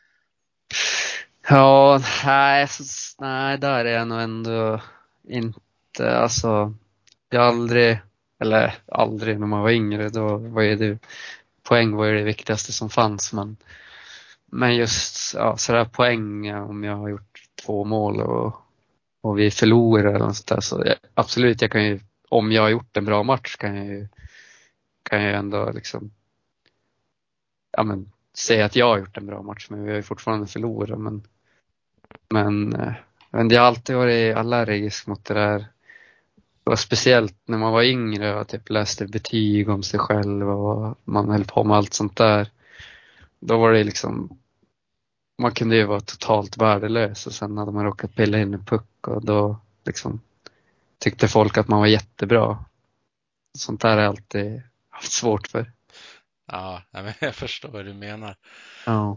[SPEAKER 3] Ja, nej, där är jag nog ändå inte, alltså, jag har aldrig när man var yngre, då var ju poäng var ju det viktigaste som fanns, men just, ja, sådär poäng, om jag har gjort 2 mål och vi förlorar eller något sånt där, så absolut, jag kan ju, om jag har gjort en bra match kan jag ändå liksom, ja men, säga att jag har gjort en bra match, men vi har ju fortfarande förlorat, men jag har alltid varit allergisk mot det där Det var speciellt när man var yngre och typ läste betyg om sig själv och man höll på med allt sånt där. Då var det liksom, man kunde ju vara totalt värdelös och sen hade man råkat pilla in en puck och då liksom tyckte folk att man var jättebra. Sånt där har jag alltid haft svårt för.
[SPEAKER 1] Ja, men jag förstår vad du menar.
[SPEAKER 3] Ja.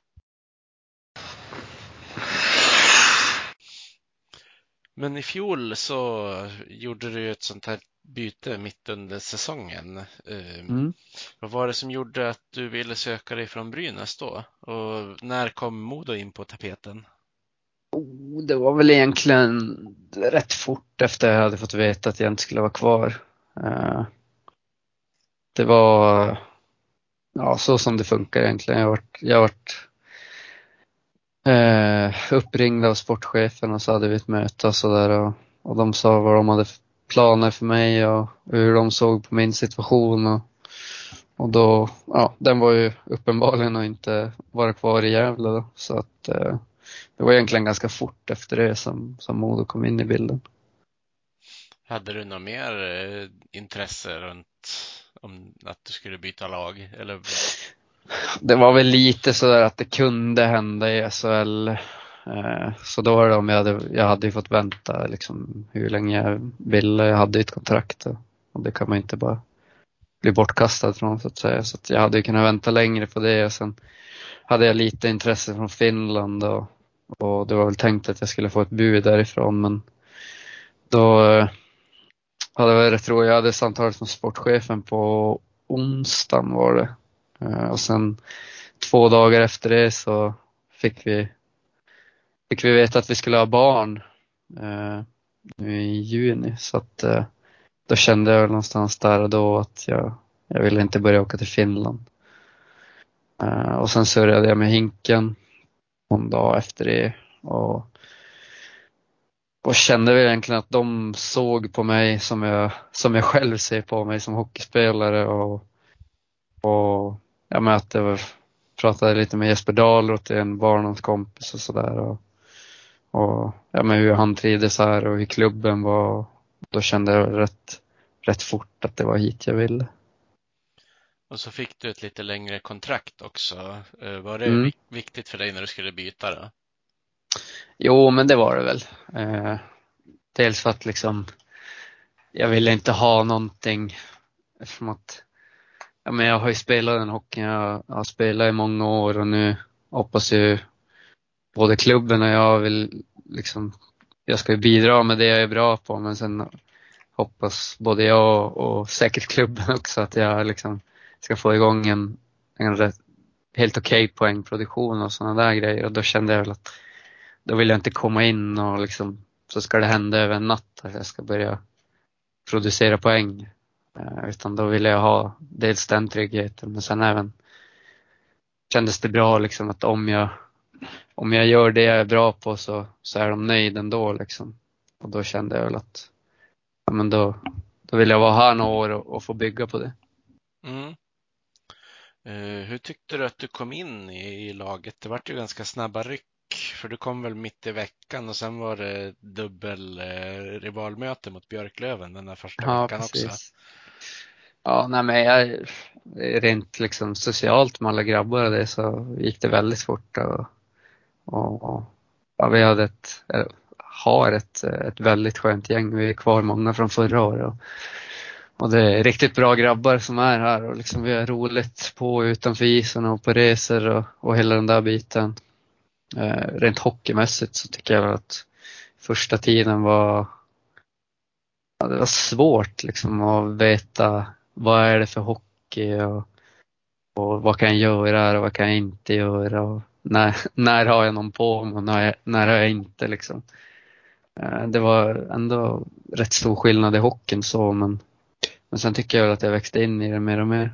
[SPEAKER 1] Men i fjol så gjorde du ju ett sånt här byte mitt under säsongen.
[SPEAKER 3] Mm.
[SPEAKER 1] Vad var det som gjorde att du ville söka dig från Brynäs då? Och när kom Modo in på tapeten?
[SPEAKER 3] Det var väl egentligen rätt fort efter jag hade fått veta att jag inte skulle vara kvar. Det var ja, så som det funkar egentligen. Jag varit uppringd av sportchefen och så hade vi ett möte och sådär och de sa vad de hade planer för mig och hur de såg på min situation och då, ja, den var ju uppenbarligen att inte vara kvar i Gävle då, så att det var egentligen ganska fort efter det som Modo kom in i bilden.
[SPEAKER 1] Hade du något mer intresse runt om att du skulle byta lag? Eller?
[SPEAKER 3] Det var väl lite sådär att det kunde hända i SHL. Så då var det om jag hade ju fått vänta liksom hur länge jag ville. Jag hade ju ett kontrakt och det kan man inte bara bli bortkastad från så att säga. Så att jag hade ju kunnat vänta längre på det och sen hade jag lite intresse från Finland och det var väl tänkt att jag skulle få ett bud därifrån men då jag hade samtalet med sportchefen på onsdagen var det. Och sen 2 dagar efter det så fick vi veta att vi skulle ha barn nu i juni. Så att då kände jag väl någonstans där och då att jag ville inte börja åka till Finland. Och sen sörjade jag med Hinken någon dag efter det och kände väl egentligen att de såg på mig som jag själv ser på mig som hockeyspelare och jag mötte pratade lite med Jesper Dahlroth, en barndomskompis och sådär och ja, men hur han trivdes här och hur klubben var. Då kände jag rätt fort att det var hit jag ville.
[SPEAKER 1] Och så fick du ett lite längre kontrakt också. Var det
[SPEAKER 3] Mm.
[SPEAKER 1] viktigt för dig när du skulle byta då?
[SPEAKER 3] Jo, men det var det väl. Dels för att liksom jag ville inte ha någonting eftersom att ja, men jag har ju spelat den hockeyn, jag har spelat i många år och nu hoppas ju både klubben och jag vill liksom, jag ska ju bidra med det jag är bra på men sen hoppas både jag och säkert klubben också att jag liksom ska få igång en helt okej poängproduktion och sådana där grejer och då kände jag väl att då vill jag inte komma in och liksom så ska det hända över en natt att jag ska börja producera poäng. Utan då ville jag ha dels den tryggheten men sen även kändes det bra liksom att om jag gör det jag är bra på så är de nöjda ändå liksom. Och då kände jag väl att ja, men då vill jag vara här några år och få bygga på det.
[SPEAKER 1] Mm. Hur tyckte du att du kom in i laget? Det var ju ganska snabba ryck, för du kom väl mitt i veckan och sen var det dubbel rivalmöte mot Björklöven den där första
[SPEAKER 3] Ja,
[SPEAKER 1] veckan också.
[SPEAKER 3] precis. Ja, nej men jag rent liksom socialt med alla grabbar och det så gick det väldigt fort och ja, vi hade har ett väldigt skönt gäng. Vi är kvar många från förra året och det är riktigt bra grabbar som är här och liksom vi har roligt på och utanför isen och på resor och hela den där biten. Rent hockeymässigt så tycker jag att första tiden det var svårt liksom att veta vad är det för hockey och vad kan jag göra och vad kan jag inte göra och när har jag någon på mig och när har jag inte liksom. Det var ändå rätt stor skillnad i hockeyn så men sen tycker jag att jag växte in i det mer och mer.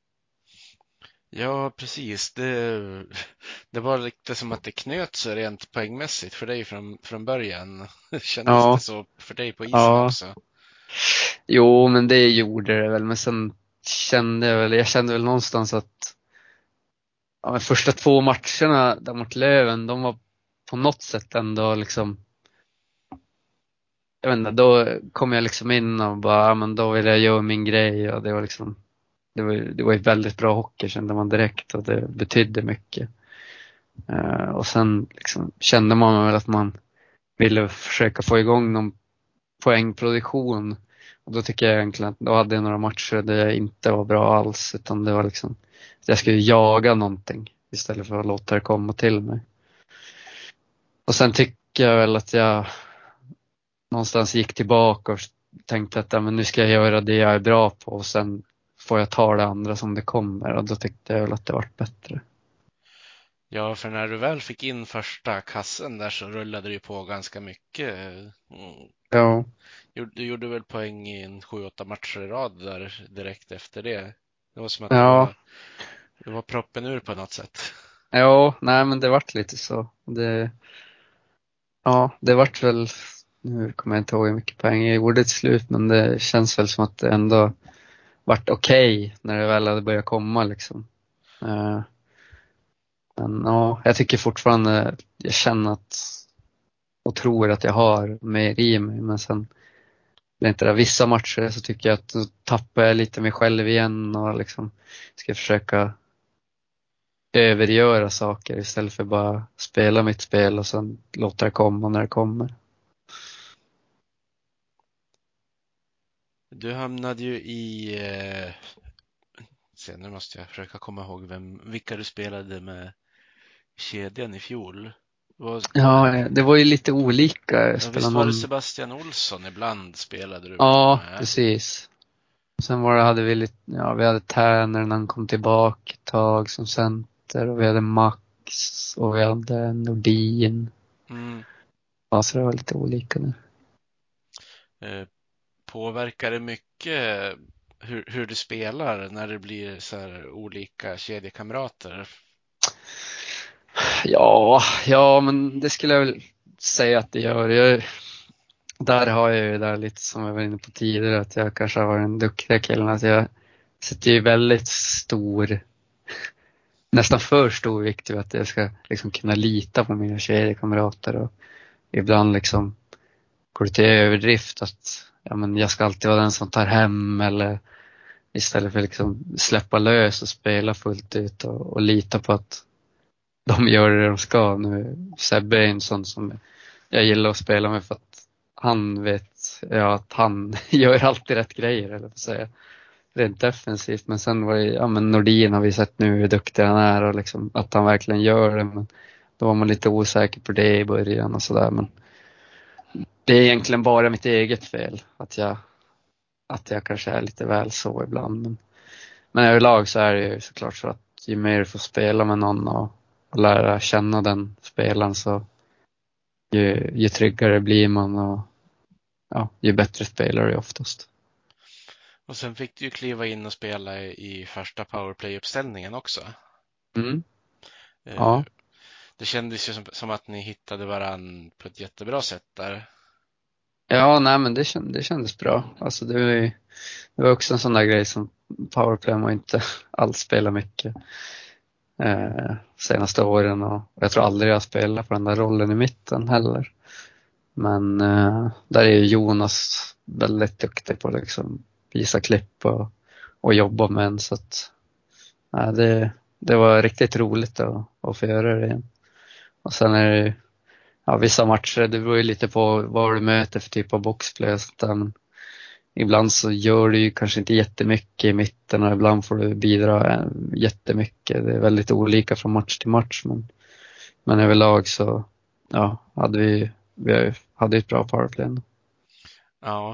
[SPEAKER 1] Ja, precis. Det var lite som att det knöt sig rent poängmässigt för dig från början. Kändes det
[SPEAKER 3] Ja,
[SPEAKER 1] så för dig på isen
[SPEAKER 3] ja.
[SPEAKER 1] också?
[SPEAKER 3] Jo, men det gjorde det väl. Men sen jag kände väl någonstans att ja, de första 2 matcherna där mot Löven, de var på något sätt ändå liksom jag vet inte, då kom jag liksom in och bara, ja, men då vill jag göra min grej och det var liksom, det var ju väldigt bra hockey kände man direkt och det betydde mycket. Och sen liksom kände man väl att man ville försöka få igång någon poängproduktion. Och då tycker jag egentligen att då hade jag några matcher där jag inte var bra alls utan det var liksom att jag skulle jaga någonting istället för att låta det komma till mig. Och sen tycker jag väl att jag någonstans gick tillbaka och tänkte att ja, men nu ska jag göra det jag är bra på och sen får jag ta det andra som det kommer och då tyckte jag väl att det vart bättre.
[SPEAKER 1] Ja, för när du väl fick in första kassen där så rullade det ju på ganska mycket.
[SPEAKER 3] Ja,
[SPEAKER 1] Du gjorde väl poäng i en 7-8 matcher i rad där direkt efter det. Det var som att
[SPEAKER 3] ja,
[SPEAKER 1] du var proppen ur på något sätt.
[SPEAKER 3] ja, nej men det vart lite så. Det vart väl, nu kommer jag inte ihåg hur mycket poäng jag gjorde till slut men det känns väl som att det ändå vart okej när det väl hade börjat komma liksom. Eh, Men ja, jag tycker fortfarande, jag känner att och tror att jag har mer i mig men sen det är inte det. Vissa matcher så tycker jag att då tappar jag lite mig själv igen och liksom ska försöka övergöra saker istället för bara spela mitt spel och sen låta det komma när det kommer.
[SPEAKER 1] Du hamnade ju i nu måste jag försöka komma ihåg vilka du spelade med kedjan i fjol. Var det,
[SPEAKER 3] Ja, det var ju lite olika. Jag
[SPEAKER 1] ja,
[SPEAKER 3] spelade
[SPEAKER 1] visst var det
[SPEAKER 3] någon.
[SPEAKER 1] Sebastian Olsson ibland spelade du väl
[SPEAKER 3] Ja,
[SPEAKER 1] med?
[SPEAKER 3] precis. Sen hade vi lite, ja, vi hade Tärner när han kom tillbaka ett tag som center och vi hade Max och vi hade Nordin.
[SPEAKER 1] Mm.
[SPEAKER 3] Ja, så det var lite olika nu.
[SPEAKER 1] Eh, Påverkar det mycket hur du spelar när det blir så här olika kedjekamrater?
[SPEAKER 3] Ja, men det skulle jag väl säga att det gör. Där har jag ju där lite som jag var inne på tidigare att jag kanske har varit den duktiga killen. Att jag sätter ju väldigt stor, nästan för stor vikt vid att jag ska liksom kunna lita på mina kedjekamrater och ibland liksom går det till överdrift att ja, men jag ska alltid vara den som tar hem eller istället för liksom släppa lös och spela fullt ut och lita på att de gör det de ska. Nu Sebbe är en sån som jag gillar att spela med för att han vet att han gör alltid rätt grejer eller vad säga. Rent defensivt men sen var det, ja men Nordin har vi sett nu hur duktig han är och liksom att han verkligen gör det men då var man lite osäker på det i början och sådär men det är egentligen bara mitt eget fel att jag kanske är lite väl så ibland men överlag så är det ju såklart så att ju mer du får spela med någon och lära känna den spelaren så ju tryggare blir man och ja, ju bättre spelare är oftast.
[SPEAKER 1] Och sen fick du ju kliva in och spela i första powerplay-uppställningen också.
[SPEAKER 3] Mm.
[SPEAKER 1] Eh,
[SPEAKER 3] Ja.
[SPEAKER 1] Det kändes ju som att ni hittade varann på ett jättebra sätt där.
[SPEAKER 3] Ja, nej men det kändes bra. Alltså det var också en sån där grej som powerplay man inte alls spelar mycket senaste åren och jag tror aldrig jag spelat på den där rollen i mitten heller. Men där är ju Jonas väldigt duktig på att liksom visa klipp och jobba med en så att det var riktigt roligt att få göra det igen. Och sen är det ju vissa matcher, det beror ju lite på vad du möter för typ av boxplay och sånt där, men ibland så gör du ju kanske inte jättemycket i mitten och ibland får du bidra jättemycket. Det är väldigt olika från match till match men överlag så hade vi hade ett bra powerplay.
[SPEAKER 1] Ja,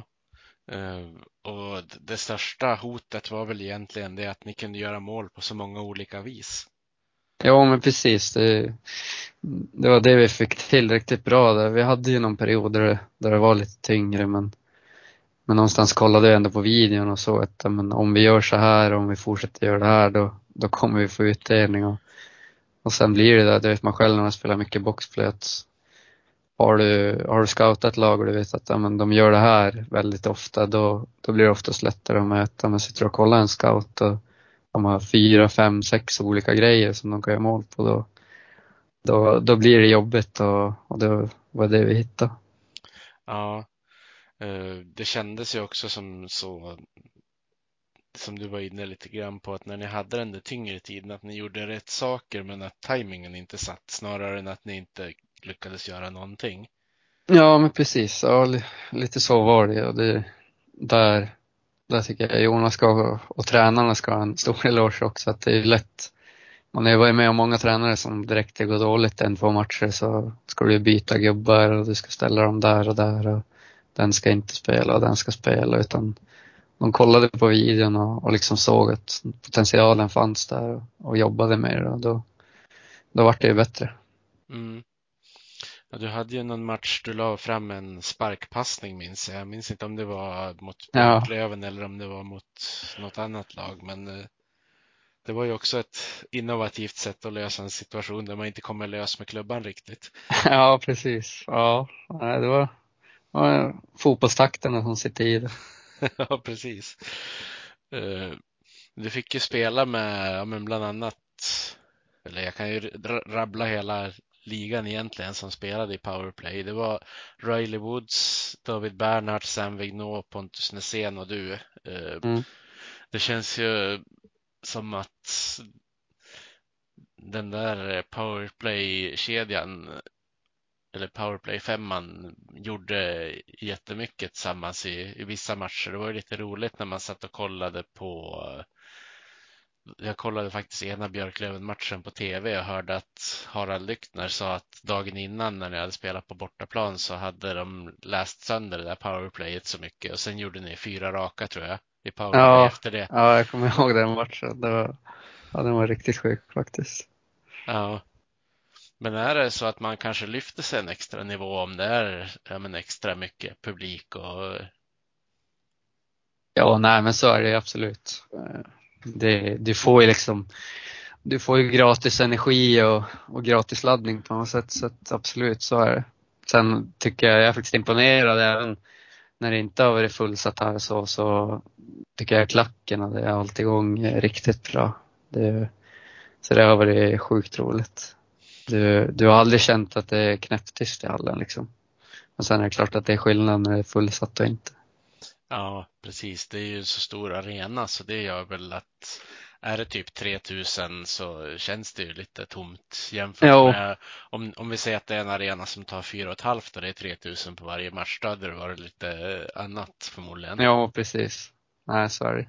[SPEAKER 1] och det största hotet var väl egentligen det att ni kunde göra mål på så många olika vis.
[SPEAKER 3] Ja men precis, det var det vi fick till riktigt bra där. Vi hade ju någon period där det var lite tyngre men någonstans kollade jag ändå på videon och så att men om vi gör så här och om vi fortsätter göra det här då kommer vi få utdelning och sen blir det vet man själv när man spelar mycket boxplay att har du scoutat lag och du vet att men de gör det här väldigt ofta då blir det oftast lättare att möta. Men sitter du och kollar en scout och de har 4, 5, 6 olika grejer som de kan göra mål på då blir det jobbigt och det var det vi hittade.
[SPEAKER 1] Ja, Det kändes ju också som så, som du var inne lite grann på, att när ni hade den där tyngre tiden att ni gjorde rätt saker men att tajmingen inte satt, snarare än att ni inte lyckades göra någonting.
[SPEAKER 3] Ja, men precis. Ja, lite så var det. Och där, där tycker jag Jonas ska, och tränarna ska ha en stor eloge också. Att det är lätt. Man har ju varit med om många tränare som direkt det går dåligt en, två matcher så ska du byta gubbar och du ska ställa dem där och där. Och den ska inte spela och den ska spela, utan de kollade på videon och liksom såg att potentialen fanns där och jobbade med det, och då var det ju bättre.
[SPEAKER 1] Mm. Ja, du hade ju någon match du la fram en sparkpassning, minns jag. Jag minns inte om det var mot
[SPEAKER 3] Ja,
[SPEAKER 1] Björklöven eller om det var mot något annat lag, men det var ju också ett innovativt sätt att lösa en situation där man inte kommer lös med klubban riktigt.
[SPEAKER 3] ja precis. Ja, nej, det var fotbollstakterna som sitter i det.
[SPEAKER 1] Ja, precis. Eh, Du fick ju spela med, ja, men bland annat, eller jag kan ju rabbla hela ligan egentligen som spelade i powerplay. Det var Riley Woods, David Bernhardt, Sam Vigneault, Pontus Nässén och du.
[SPEAKER 3] Mm.
[SPEAKER 1] Det känns ju som att den där powerplay-kedjan, eller powerplay-femman, gjorde jättemycket tillsammans i vissa matcher. Det var ju lite roligt när man satt och kollade på. Jag kollade faktiskt ena Björklöven-matchen på TV och hörde att Harald Lyckner sa att dagen innan när ni hade spelat på bortaplan så hade de läst sönder det där powerplayet så mycket, och sen gjorde ni 4 raka, tror jag, i powerplay
[SPEAKER 3] Ja,
[SPEAKER 1] efter det.
[SPEAKER 3] ja, jag kommer ihåg den matchen. Ja, den var riktigt sjuk faktiskt.
[SPEAKER 1] Ja, men är det så att man kanske lyfter sig en extra nivå om det är, ja, men extra mycket publik och
[SPEAKER 3] Ja, nej, men så är det absolut. Du får ju liksom, du får ju gratis energi och gratis laddning på något sätt, så att absolut så är det. Sen tycker jag är faktiskt imponerad även när det inte har varit fullsatt här, så tycker jag klacken och det är alltid igång riktigt bra. Så det har varit sjukt roligt. Du har aldrig känt att det är knäpptyst i hallen liksom. Och sen är det klart att det är skillnad när det är fullsatt och inte.
[SPEAKER 1] ja, precis. Det är ju en så stor arena, så det gör väl att är det typ 3000 så känns det ju lite tomt jämfört
[SPEAKER 3] Jo,
[SPEAKER 1] med om vi säger att det är en arena som tar 4,5 och det är 3000 på varje match, då hade det varit lite annat förmodligen.
[SPEAKER 3] ja precis. Nej, så är det.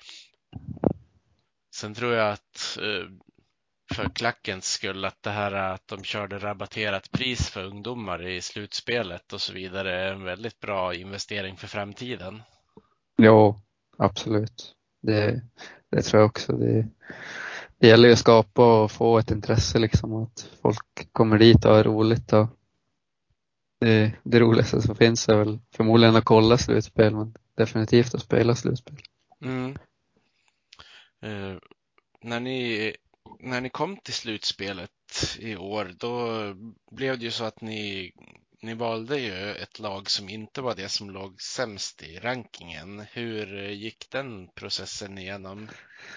[SPEAKER 1] Sen tror jag att för klackens skull, att det här att de körde rabatterat pris för ungdomar i slutspelet och så vidare är en väldigt bra investering för framtiden.
[SPEAKER 3] Jo, absolut. Det tror jag också. Det gäller ju att skapa och få ett intresse liksom, att folk kommer dit och har roligt. Och det roligaste som finns är väl förmodligen att kolla slutspel, men definitivt att spela slutspel.
[SPEAKER 1] Mm. Eh, när ni kom till slutspelet i år, då blev det ju så att ni valde ju ett lag som inte var det som låg sämst i rankingen. Hur gick den processen igenom?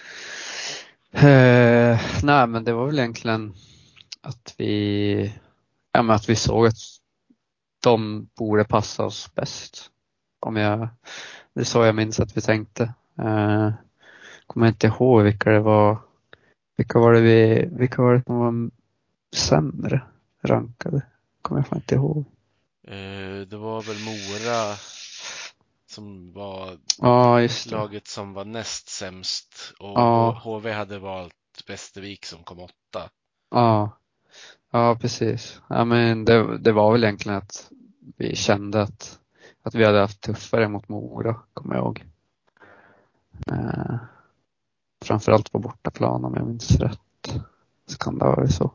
[SPEAKER 3] Nej, men det var väl egentligen att att vi såg att de borde passa oss bäst. Det är så jag minns att vi tänkte. Kommer inte ihåg vilka det var. Vilka var det som var sämre rankade? Kommer jag fan inte ihåg.
[SPEAKER 1] Det var väl Mora som var
[SPEAKER 3] Ja, just det.
[SPEAKER 1] laget som var näst sämst, och
[SPEAKER 3] Ja,
[SPEAKER 1] HV hade valt Västervik som kom 8.
[SPEAKER 3] ja, ja, precis. Ja, men det var väl egentligen att vi kände att vi hade haft tuffare mot Mora, kommer jag ihåg. Eh, Framförallt på bortaplan om jag minns rätt. Så kan det ha varit så.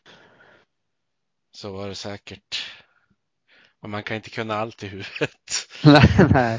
[SPEAKER 1] Så var det säkert. Och man kan inte kunna allt i huvudet.
[SPEAKER 3] Nej, nej.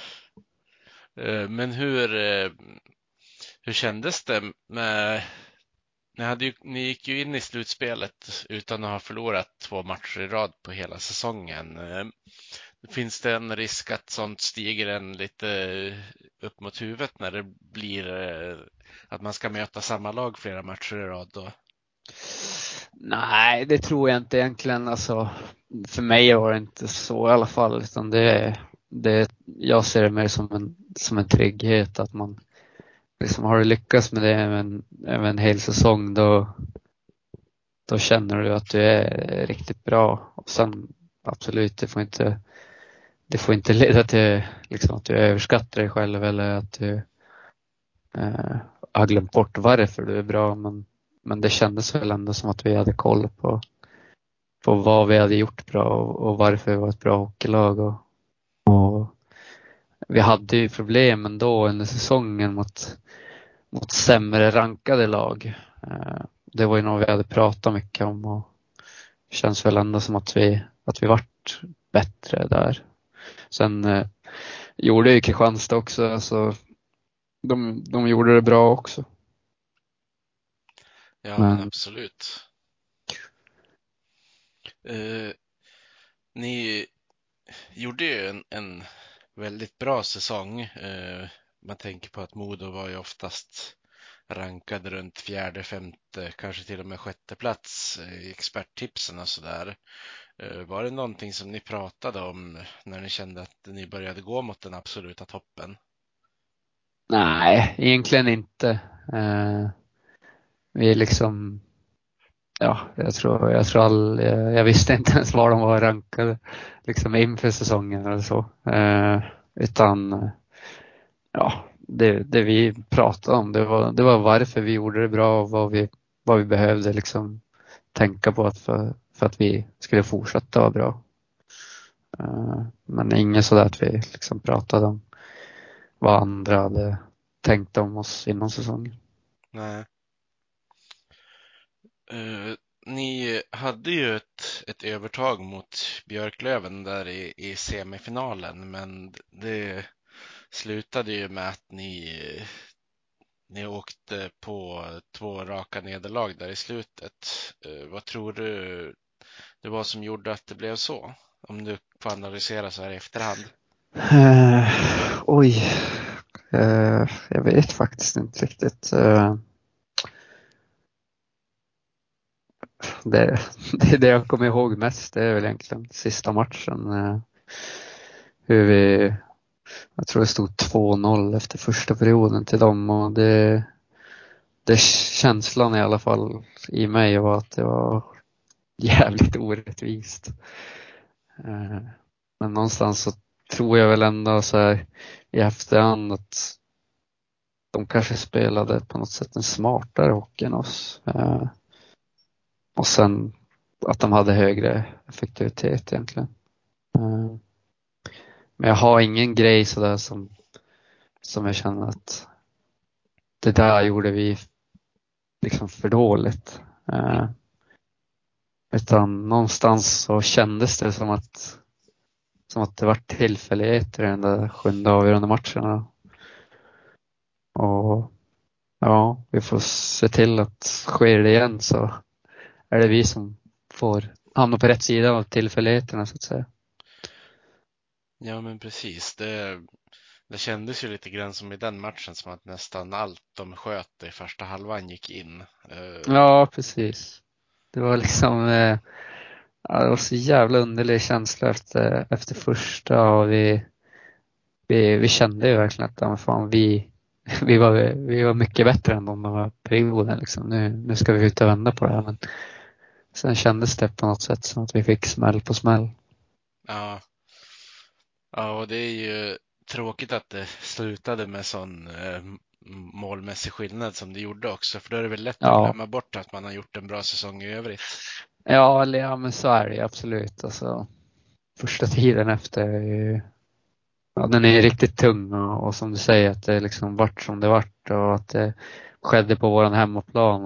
[SPEAKER 1] Men hur kändes det med... Ni gick ju in i slutspelet utan att ha förlorat 2 matcher i rad på hela säsongen. Finns det en risk att sånt stiger en lite upp mot huvudet när det blir att man ska möta samma lag flera matcher i rad då?
[SPEAKER 3] Nej, det tror jag inte egentligen. Alltså, för mig var det inte så i alla fall, utan jag ser det mer som en trygghet att man liksom har du lyckats med det över en hel säsong då känner du att du är riktigt bra. Och sen absolut, det får inte leda till liksom att du överskattar dig själv eller att du har glömt bort varför du är bra. Men det kändes väl ändå som att vi hade koll på vad vi hade gjort bra och varför vi var ett bra hockeylag. Och vi hade ju problem ändå under säsongen mot sämre rankade lag. Det var ju något vi hade pratat mycket om och det känns väl ändå som att vi vart bättre där. Sen gjorde ju Kristianstad också, så de gjorde det bra också.
[SPEAKER 1] Ja, men absolut. Ni gjorde ju en väldigt bra säsong. Man tänker på att Modo var ju oftast rankad runt fjärde, femte, kanske till och med sjätte plats i experttipsen och sådär. Var det någonting som ni pratade om när ni kände att ni började gå mot den absoluta toppen?
[SPEAKER 3] Nej, egentligen inte. Vi liksom, ja, jag visste inte ens var de var rankade liksom inför säsongen eller så. Utan ja, det vi pratade om, det var varför vi gjorde det bra och vad vi behövde liksom tänka på för att vi skulle fortsätta vara bra. Men inget så att vi liksom pratade om vad andra hade tänkt om oss innan säsongen.
[SPEAKER 1] Nej. Ni hade ju ett övertag mot Björklöven där i semifinalen, men det slutade ju med att ni åkte på 2 raka nederlag där i slutet. Vad tror du det var som gjorde att det blev så? Om du får analysera så här i efterhand.
[SPEAKER 3] Oj, jag vet faktiskt inte riktigt. Det är det jag kommer ihåg mest. Det är väl egentligen sista matchen. Hur jag tror det stod 2-0 efter första perioden till dem och det känslan i alla fall i mig var att det var jävligt orättvist. Men någonstans så tror jag väl ändå så här i efterhand att de kanske spelade på något sätt en smartare hockey än oss. Och sen att de hade högre effektivitet egentligen. Men jag har ingen grej sådär som jag känner att det där gjorde vi liksom för dåligt. Utan någonstans så kändes det som att det var tillfälligheter i den där 7:e avgörande matcherna. Och ja, vi får se till att sker det igen så är det vi som får hamna på rätt sida av tillfälligheterna så att säga.
[SPEAKER 1] Ja, men precis. Det kändes ju lite grann som i den matchen som att nästan allt de sköt i första halvan gick in.
[SPEAKER 3] Ja, precis. Det var liksom ja, det var så jävla underlig känsla efter första och vi kände ju verkligen att ja, fan, vi var mycket bättre än de här perioden liksom. Nu ska vi ut och vända på det här, men sen kändes det på något sätt som att vi fick smäll på smäll.
[SPEAKER 1] Ja, ja, och det är ju tråkigt att det slutade med sån målmässig skillnad som det gjorde också, för då är det väl lätt att
[SPEAKER 3] Ja,
[SPEAKER 1] glömma bort att man har gjort en bra säsong i övrigt.
[SPEAKER 3] ja, men så är det absolut. Alltså, första tiden efter är ju, ja, den är riktigt tung och som du säger att det liksom vart som det vart och att det skedde på våran hemmaplan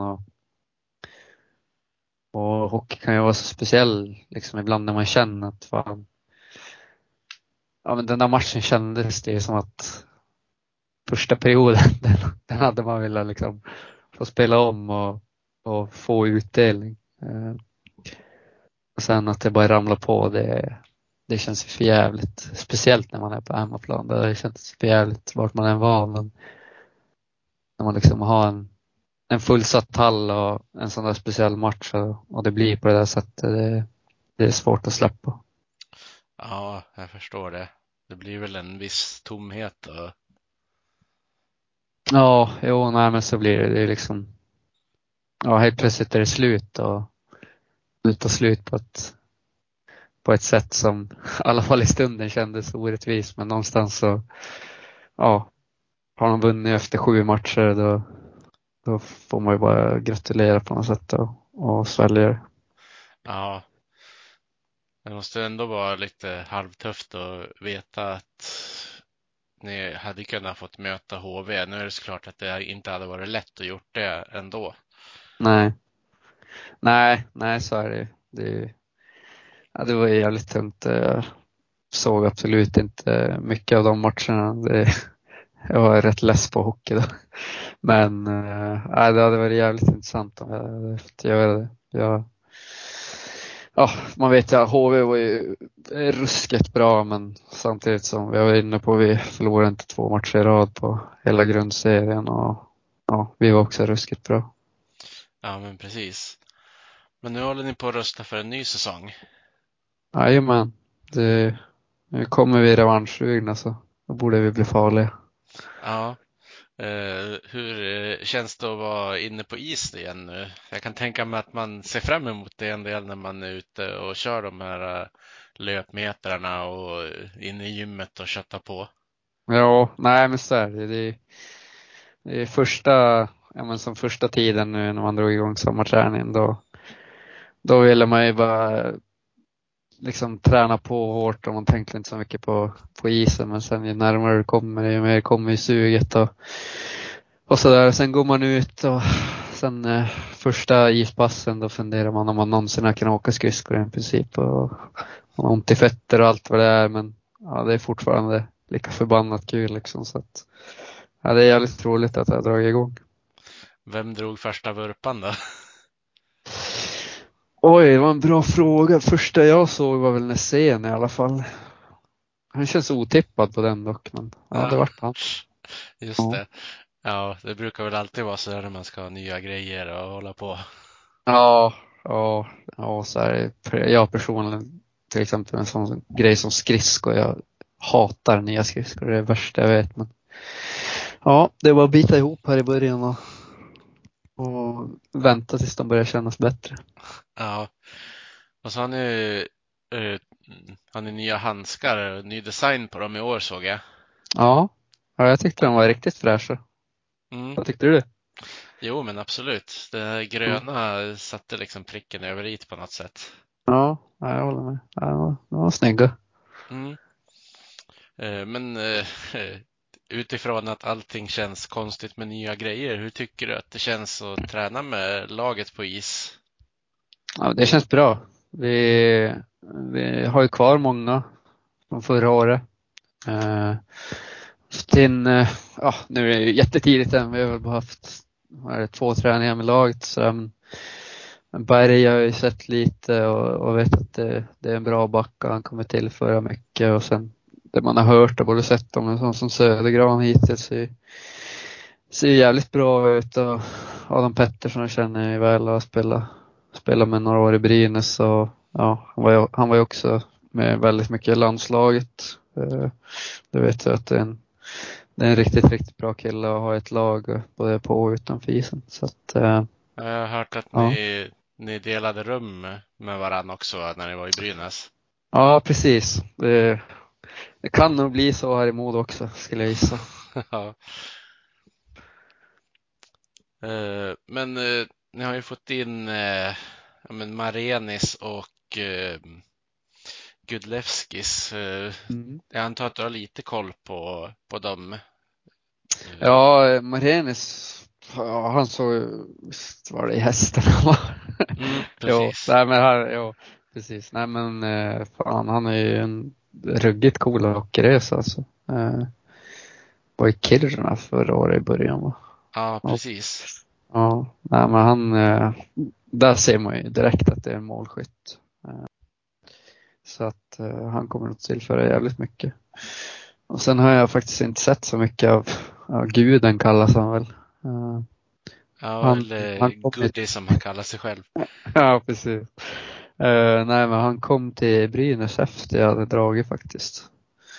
[SPEAKER 3] och hockey kan ju vara så speciell liksom ibland när man känner att fan, ja men den där matchen kändes det som att första perioden den hade man velat liksom få spela om och få utdelning. Och sen att det bara ramlar på det känns för jävligt. Speciellt när man är på hemmaplan. Det känns för jävligt vart man än var. Men när man liksom har en fullsatt hall och en sån där speciell match och det blir på det där sättet. Det är svårt att släppa.
[SPEAKER 1] Ja, jag förstår det. Det blir väl en viss tomhet och
[SPEAKER 3] Ja, jo, nej men så blir det. Det är liksom, ja, helt plötsligt är det slut och det tar slut på ett sätt som i alla fall i stunden kändes orättvist, men någonstans så, ja, har de vunnit efter 7 matcher då får man ju bara gratulera på något sätt och svälja det.
[SPEAKER 1] ja, det måste ändå vara lite halvtufft att veta att ni hade kunnat fått möta HV. Nu är det såklart att det inte hade varit lätt att gjort det ändå.
[SPEAKER 3] Nej, nej, så är det ju. Ja, det var ju jävligt tungt. Jag såg absolut inte mycket av de matcherna. Jag var rätt less på hockey då. Men nej, det hade varit jävligt intressant om jag hade fått göra det. Ja, man vet ju att HV var ju ruskigt bra, men samtidigt som vi var inne på, vi förlorade inte 2 matcher i rad på hela grundserien och ja, vi var också ruskigt bra.
[SPEAKER 1] Ja, men precis. Men nu håller ni på att rösta för en ny säsong.
[SPEAKER 3] Jajamän, nu kommer vi revanschsugna så då borde vi bli farliga.
[SPEAKER 1] Ja, hur känns det att vara inne på is igen nu? Jag kan tänka mig att man ser fram emot det en del när man är ute och kör de här löpmetrarna och inne i gymmet och köttar på.
[SPEAKER 3] Ja, nej men så är det. Det är första, ja men som första tiden nu när man drog igång sommarträningen då ville man ju bara liksom träna på hårt och man tänkte inte så mycket på isen, men sen ju närmare det kommer ju mer kommer ju suget och sådär. Sen går man ut och sen första ispassen då funderar man om man någonsin kan åka skridskor i princip och man har ont i fötter och allt vad det är, men ja, det är fortfarande lika förbannat kul liksom, så att ja, det är jävligt roligt att jag har dragit igång.
[SPEAKER 1] Vem drog första vurpan då?
[SPEAKER 3] Oj, det var en bra fråga. Första jag såg var väl Nässén i alla fall. Han känns otippad på den dock, men ja, det
[SPEAKER 1] Ja,
[SPEAKER 3] vart han.
[SPEAKER 1] just
[SPEAKER 3] Ja.
[SPEAKER 1] det. Ja, det brukar väl alltid vara så där när man ska ha nya grejer och hålla på.
[SPEAKER 3] Ja, ja, så är det. Jag personligen, till exempel en sån grej som skridskor. Jag hatar nya skridskor, det är det värsta jag vet. Men ja, det var att bita ihop här i början och vänta tills de börjar kännas bättre.
[SPEAKER 1] Ja, och så eh, har ni nya handskar, ny design på dem i år såg jag.
[SPEAKER 3] Ja, ja, jag tyckte de var riktigt fräscha.
[SPEAKER 1] Mm.
[SPEAKER 3] Vad tyckte du?
[SPEAKER 1] Jo, men absolut. Det här
[SPEAKER 3] Ja,
[SPEAKER 1] gröna satte liksom pricken över i på något sätt.
[SPEAKER 3] ja, jag håller med. Ja, de var snygga.
[SPEAKER 1] Mm. Men utifrån att allting känns konstigt med nya grejer, hur tycker du att det känns att träna med laget på is?
[SPEAKER 3] Ja, det känns bra. Vi har ju kvar många från förra året. Eh, ja, nu är det ju jättetidigt än. Vi har väl bara haft 2 träningar med laget. Men Berg har ju sett lite och vet att det är en bra back och han kommer tillföra mycket. Och sen det man har hört och både sett om en sån som Södergran hittills ser jävligt bra ut. Och Adam Pettersson känner jag väl och har spelat med några år i Brynäs. Och ja, han var ju också med väldigt mycket i landslaget. Du vet jag att det är en riktigt bra kille att ha ett lag både på och utanför isen. Så att,
[SPEAKER 1] Jag har hört att
[SPEAKER 3] ja.
[SPEAKER 1] ni delade rum med varann också när ni var i Brynäs.
[SPEAKER 3] Ja, precis. Det kan nog bli så här i Modo också, skulle jag gissa.
[SPEAKER 1] Ja. Men ni har ju fått in ja, men Marenis och Gudlevskis.
[SPEAKER 3] Mm.
[SPEAKER 1] Jag antar att du har lite koll på dem.
[SPEAKER 3] Ja, Marenis, ja, han såg visst var det i hästen han var. Jo,
[SPEAKER 1] Precis.
[SPEAKER 3] nej men jo, precis. Nej men fan, han är ju en ruggigt cool hockeyresa alltså. Var i Kiruna förra året i början va?
[SPEAKER 1] Ja,
[SPEAKER 3] Ja,
[SPEAKER 1] precis.
[SPEAKER 3] ja, nej men där ser man ju direkt att det är en målskytt. Så att han kommer att tillföra jävligt mycket. Och sen har jag faktiskt inte sett så mycket av guden kallas han väl. Eh,
[SPEAKER 1] Ja,
[SPEAKER 3] han
[SPEAKER 1] eller
[SPEAKER 3] kom
[SPEAKER 1] Goody som han kallar sig själv.
[SPEAKER 3] ja, precis. Nej, men han kom till Brynäs efter jag hade dragit faktiskt.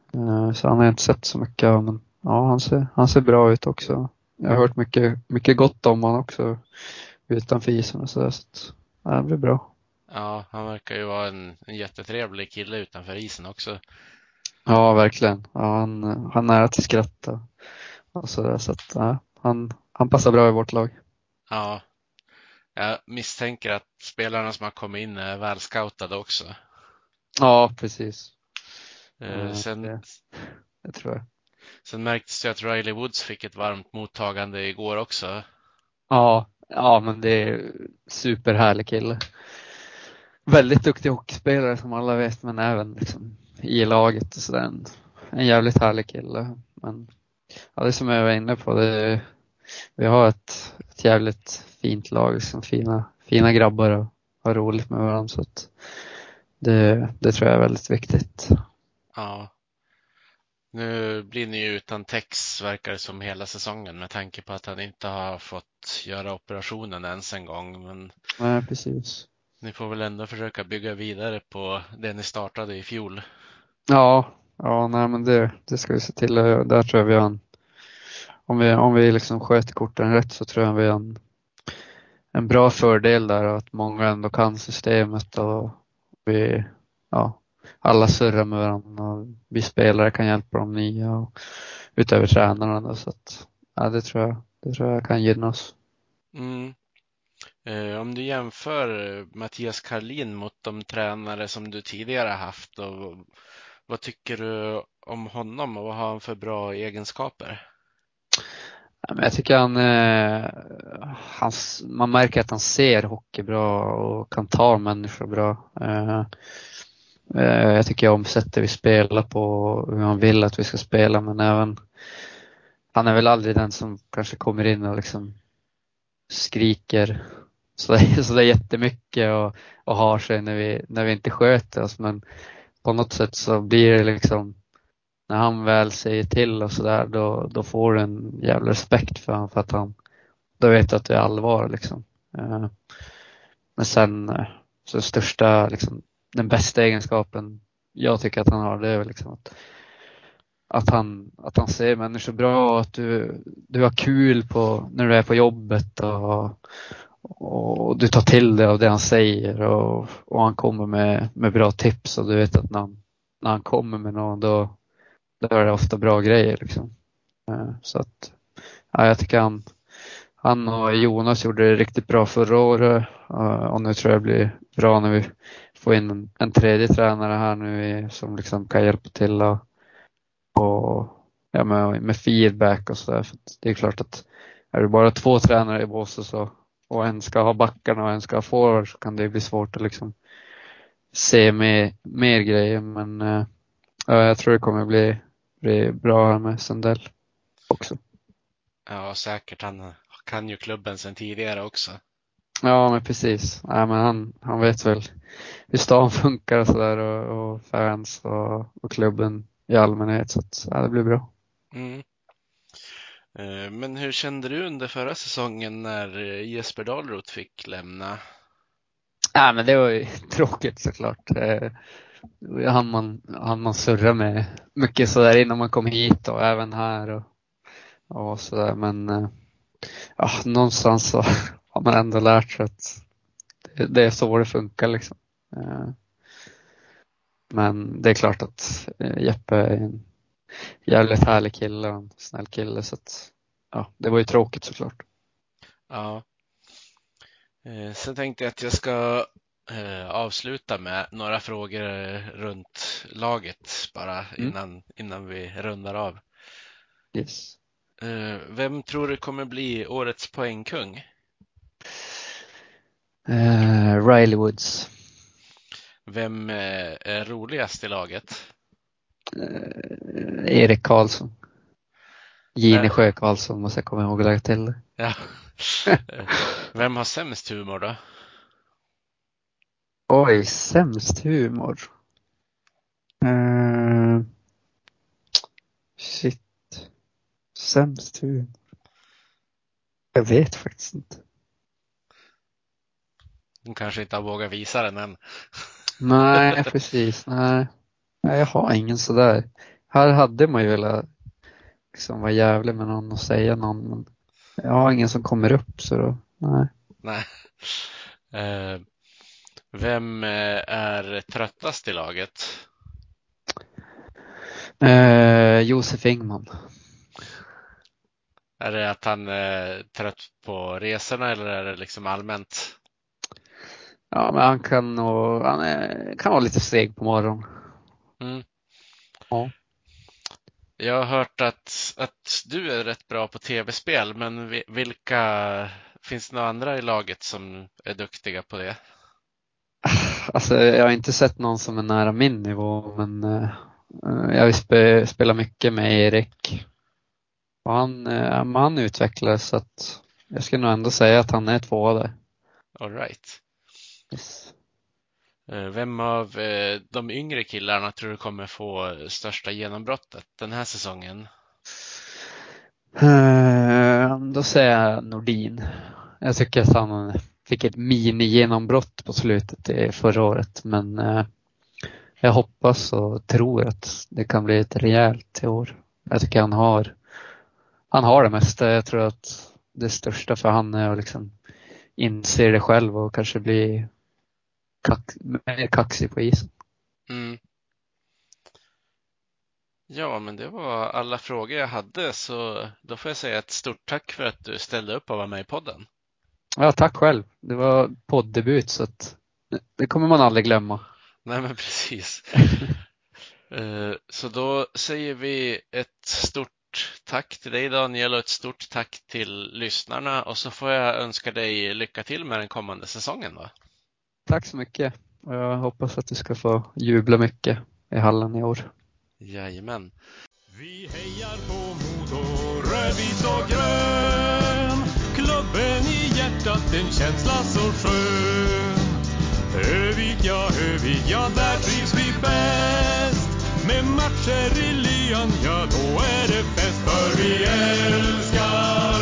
[SPEAKER 3] Så han har inte sett så mycket av, men ja, han ser bra ut också. Jag har hört mycket gott om honom också utanför isen och så att, ja, det blir bra.
[SPEAKER 1] Ja, han verkar ju vara en jättetrevlig kille utanför isen också.
[SPEAKER 3] Ja, verkligen. Ja, han är nära till skratt och så där, så att ja, han passar bra i vårt lag.
[SPEAKER 1] Ja, jag misstänker att spelarna som har kommit in är välscoutade också.
[SPEAKER 3] Ja, precis.
[SPEAKER 1] Eh, sen,
[SPEAKER 3] Det tror jag.
[SPEAKER 1] sen märktes det att Riley Woods fick ett varmt mottagande igår också.
[SPEAKER 3] Ja, men det är superhärlig kille. Väldigt duktig hockeyspelare som alla vet, men även liksom i laget och sådär. En jävligt härlig kille. Men ja, det som jag var inne på, vi har ett jävligt fint lag, liksom fina grabbar och har roligt med varandra, så att det tror jag är väldigt viktigt.
[SPEAKER 1] Ja, nu blir ni ju utan Tex verkar det som hela säsongen med tanke på att han inte har fått göra operationen ens en gång. Men
[SPEAKER 3] Nej, precis.
[SPEAKER 1] ni får väl ändå försöka bygga vidare på det ni startade i fjol.
[SPEAKER 3] Ja, nej, men det ska vi se till. Där tror jag vi har om vi liksom sköter korten rätt, så tror jag vi har en bra fördel där, att många ändå kan systemet och vi, ja, alla surrar med varandra och vi spelare kan hjälpa de nya och utöver tränarna då, så att ja, det tror jag kan gynna oss.
[SPEAKER 1] Mm. Om du jämför Mattias Karlin mot de tränare som du tidigare haft, och vad tycker du om honom och vad har han för bra egenskaper?
[SPEAKER 3] Ja, men jag tycker man märker att han ser hockey bra och kan ta människor bra. Jag tycker jag om sättet vi spelar på och hur han vill att vi ska spela, men även han är väl aldrig den som kanske kommer in och liksom skriker så det är jättemycket och har sig när vi inte sköter oss, men på något sätt så blir det liksom, när han väl säger till och sådär, då får du en jävla respekt för honom, för att han då vet att det är allvar liksom. Men sen så största liksom, den bästa egenskapen jag tycker att han har, det är väl liksom att han ser människor bra och att du har kul när du är på jobbet och du tar till dig av det han säger och han kommer med bra tips, och du vet att när han kommer med någon, då är det ofta bra grejer liksom. Så att ja, jag tycker han och Jonas gjorde det riktigt bra förra året, och nu tror jag det blir bra när vi får in en tredje tränare här nu som liksom kan hjälpa till och ja, med feedback och sådär. För det är klart att är det bara två tränare i båset och en ska ha backarna och en ska ha forward, så kan det bli svårt att liksom se mer grejer. Men ja, jag tror det kommer bli bra här med Sundell också.
[SPEAKER 1] Ja, säkert. Han kan ju klubben sedan tidigare också.
[SPEAKER 3] Ja, men precis. Ja, men han vet väl hur stan funkar och sådär, och fans och klubben i allmänhet, så att ja, det blir bra.
[SPEAKER 1] Mm. Men hur kände du under förra säsongen när Jesper Dahlroth fick lämna?
[SPEAKER 3] Ja, men det var ju tråkigt såklart. Han man surra med mycket sådär innan man kom hit och även här och sådär, men ja, någonstans så har man ändå lärt sig att det är så det funkar liksom. Eh, Men det är klart att Jeppe är en jävligt härlig kille och en snäll kille, så att ja, det var ju tråkigt såklart.
[SPEAKER 1] Ja. Sen tänkte jag att jag ska avsluta med några frågor runt laget bara
[SPEAKER 3] Mm.
[SPEAKER 1] innan vi rundar av.
[SPEAKER 3] Yes.
[SPEAKER 1] Vem tror du kommer bli årets poängkung?
[SPEAKER 3] Riley Woods.
[SPEAKER 1] Vem är roligast i laget?
[SPEAKER 3] Erik Karlsson. Gine
[SPEAKER 1] Vem,
[SPEAKER 3] Sjö Karlsson måste jag komma ihåg att lägga till.
[SPEAKER 1] ja. Eh, Vem har sämst humor då?
[SPEAKER 3] Oj, sämst humor. Uh, shit. Sämst humor. Jag vet faktiskt inte.
[SPEAKER 1] Hon kanske inte har vågat visa den än.
[SPEAKER 3] Nej, precis. Nej, jag har ingen sådär här hade man ju velat liksom vara jävlig med någon och säga någon, men jag har ingen som kommer upp så då, nej.
[SPEAKER 1] Nej. Eh, Vem är tröttast i laget?
[SPEAKER 3] Josef Ingman.
[SPEAKER 1] Är det att han är trött på resorna eller är det liksom allmänt?
[SPEAKER 3] Ja, men kan vara lite seg på morgonen.
[SPEAKER 1] Mm.
[SPEAKER 3] Ja.
[SPEAKER 1] Jag har hört att du är rätt bra på tv-spel, men vilka finns det några andra i laget som är duktiga på det?
[SPEAKER 3] Alltså, jag har inte sett någon som är nära min nivå, men jag vill spela mycket med Erik. Och han utvecklades, så att jag skulle nog ändå säga att han är tvåa där.
[SPEAKER 1] All right.
[SPEAKER 3] Yes.
[SPEAKER 1] Vem av de yngre killarna tror du kommer få största genombrottet den här säsongen?
[SPEAKER 3] Då säger jag Nordin. Jag tycker att han fick ett mini-genombrott på slutet i förra året, men jag hoppas och tror att det kan bli ett rejält i år. Jag tycker han har det mesta. Jag tror att det största för han är att liksom inse det själv och kanske bli mer kaxig på isen.
[SPEAKER 1] Mm. Ja, men det var alla frågor jag hade, så då får jag säga ett stort tack för att du ställde upp och var med i podden.
[SPEAKER 3] Ja, tack själv. Det var poddebut, så att det kommer man aldrig glömma.
[SPEAKER 1] Nej, men precis. Så då säger vi ett stort tack till dig, Daniel, och ett stort tack till lyssnarna, och så får jag önska dig lycka till med den kommande säsongen då.
[SPEAKER 3] Tack så mycket. Och jag hoppas att du ska få jubla mycket i hallen i år.
[SPEAKER 1] Jajamän.
[SPEAKER 2] Vi hejar på Modo, rödvit och grön. Klubben i hjärtat, en känsla så skön. Övik, ja, där trivs vi bäst. Med matcher i lyan, ja då är det fest. För vi älskar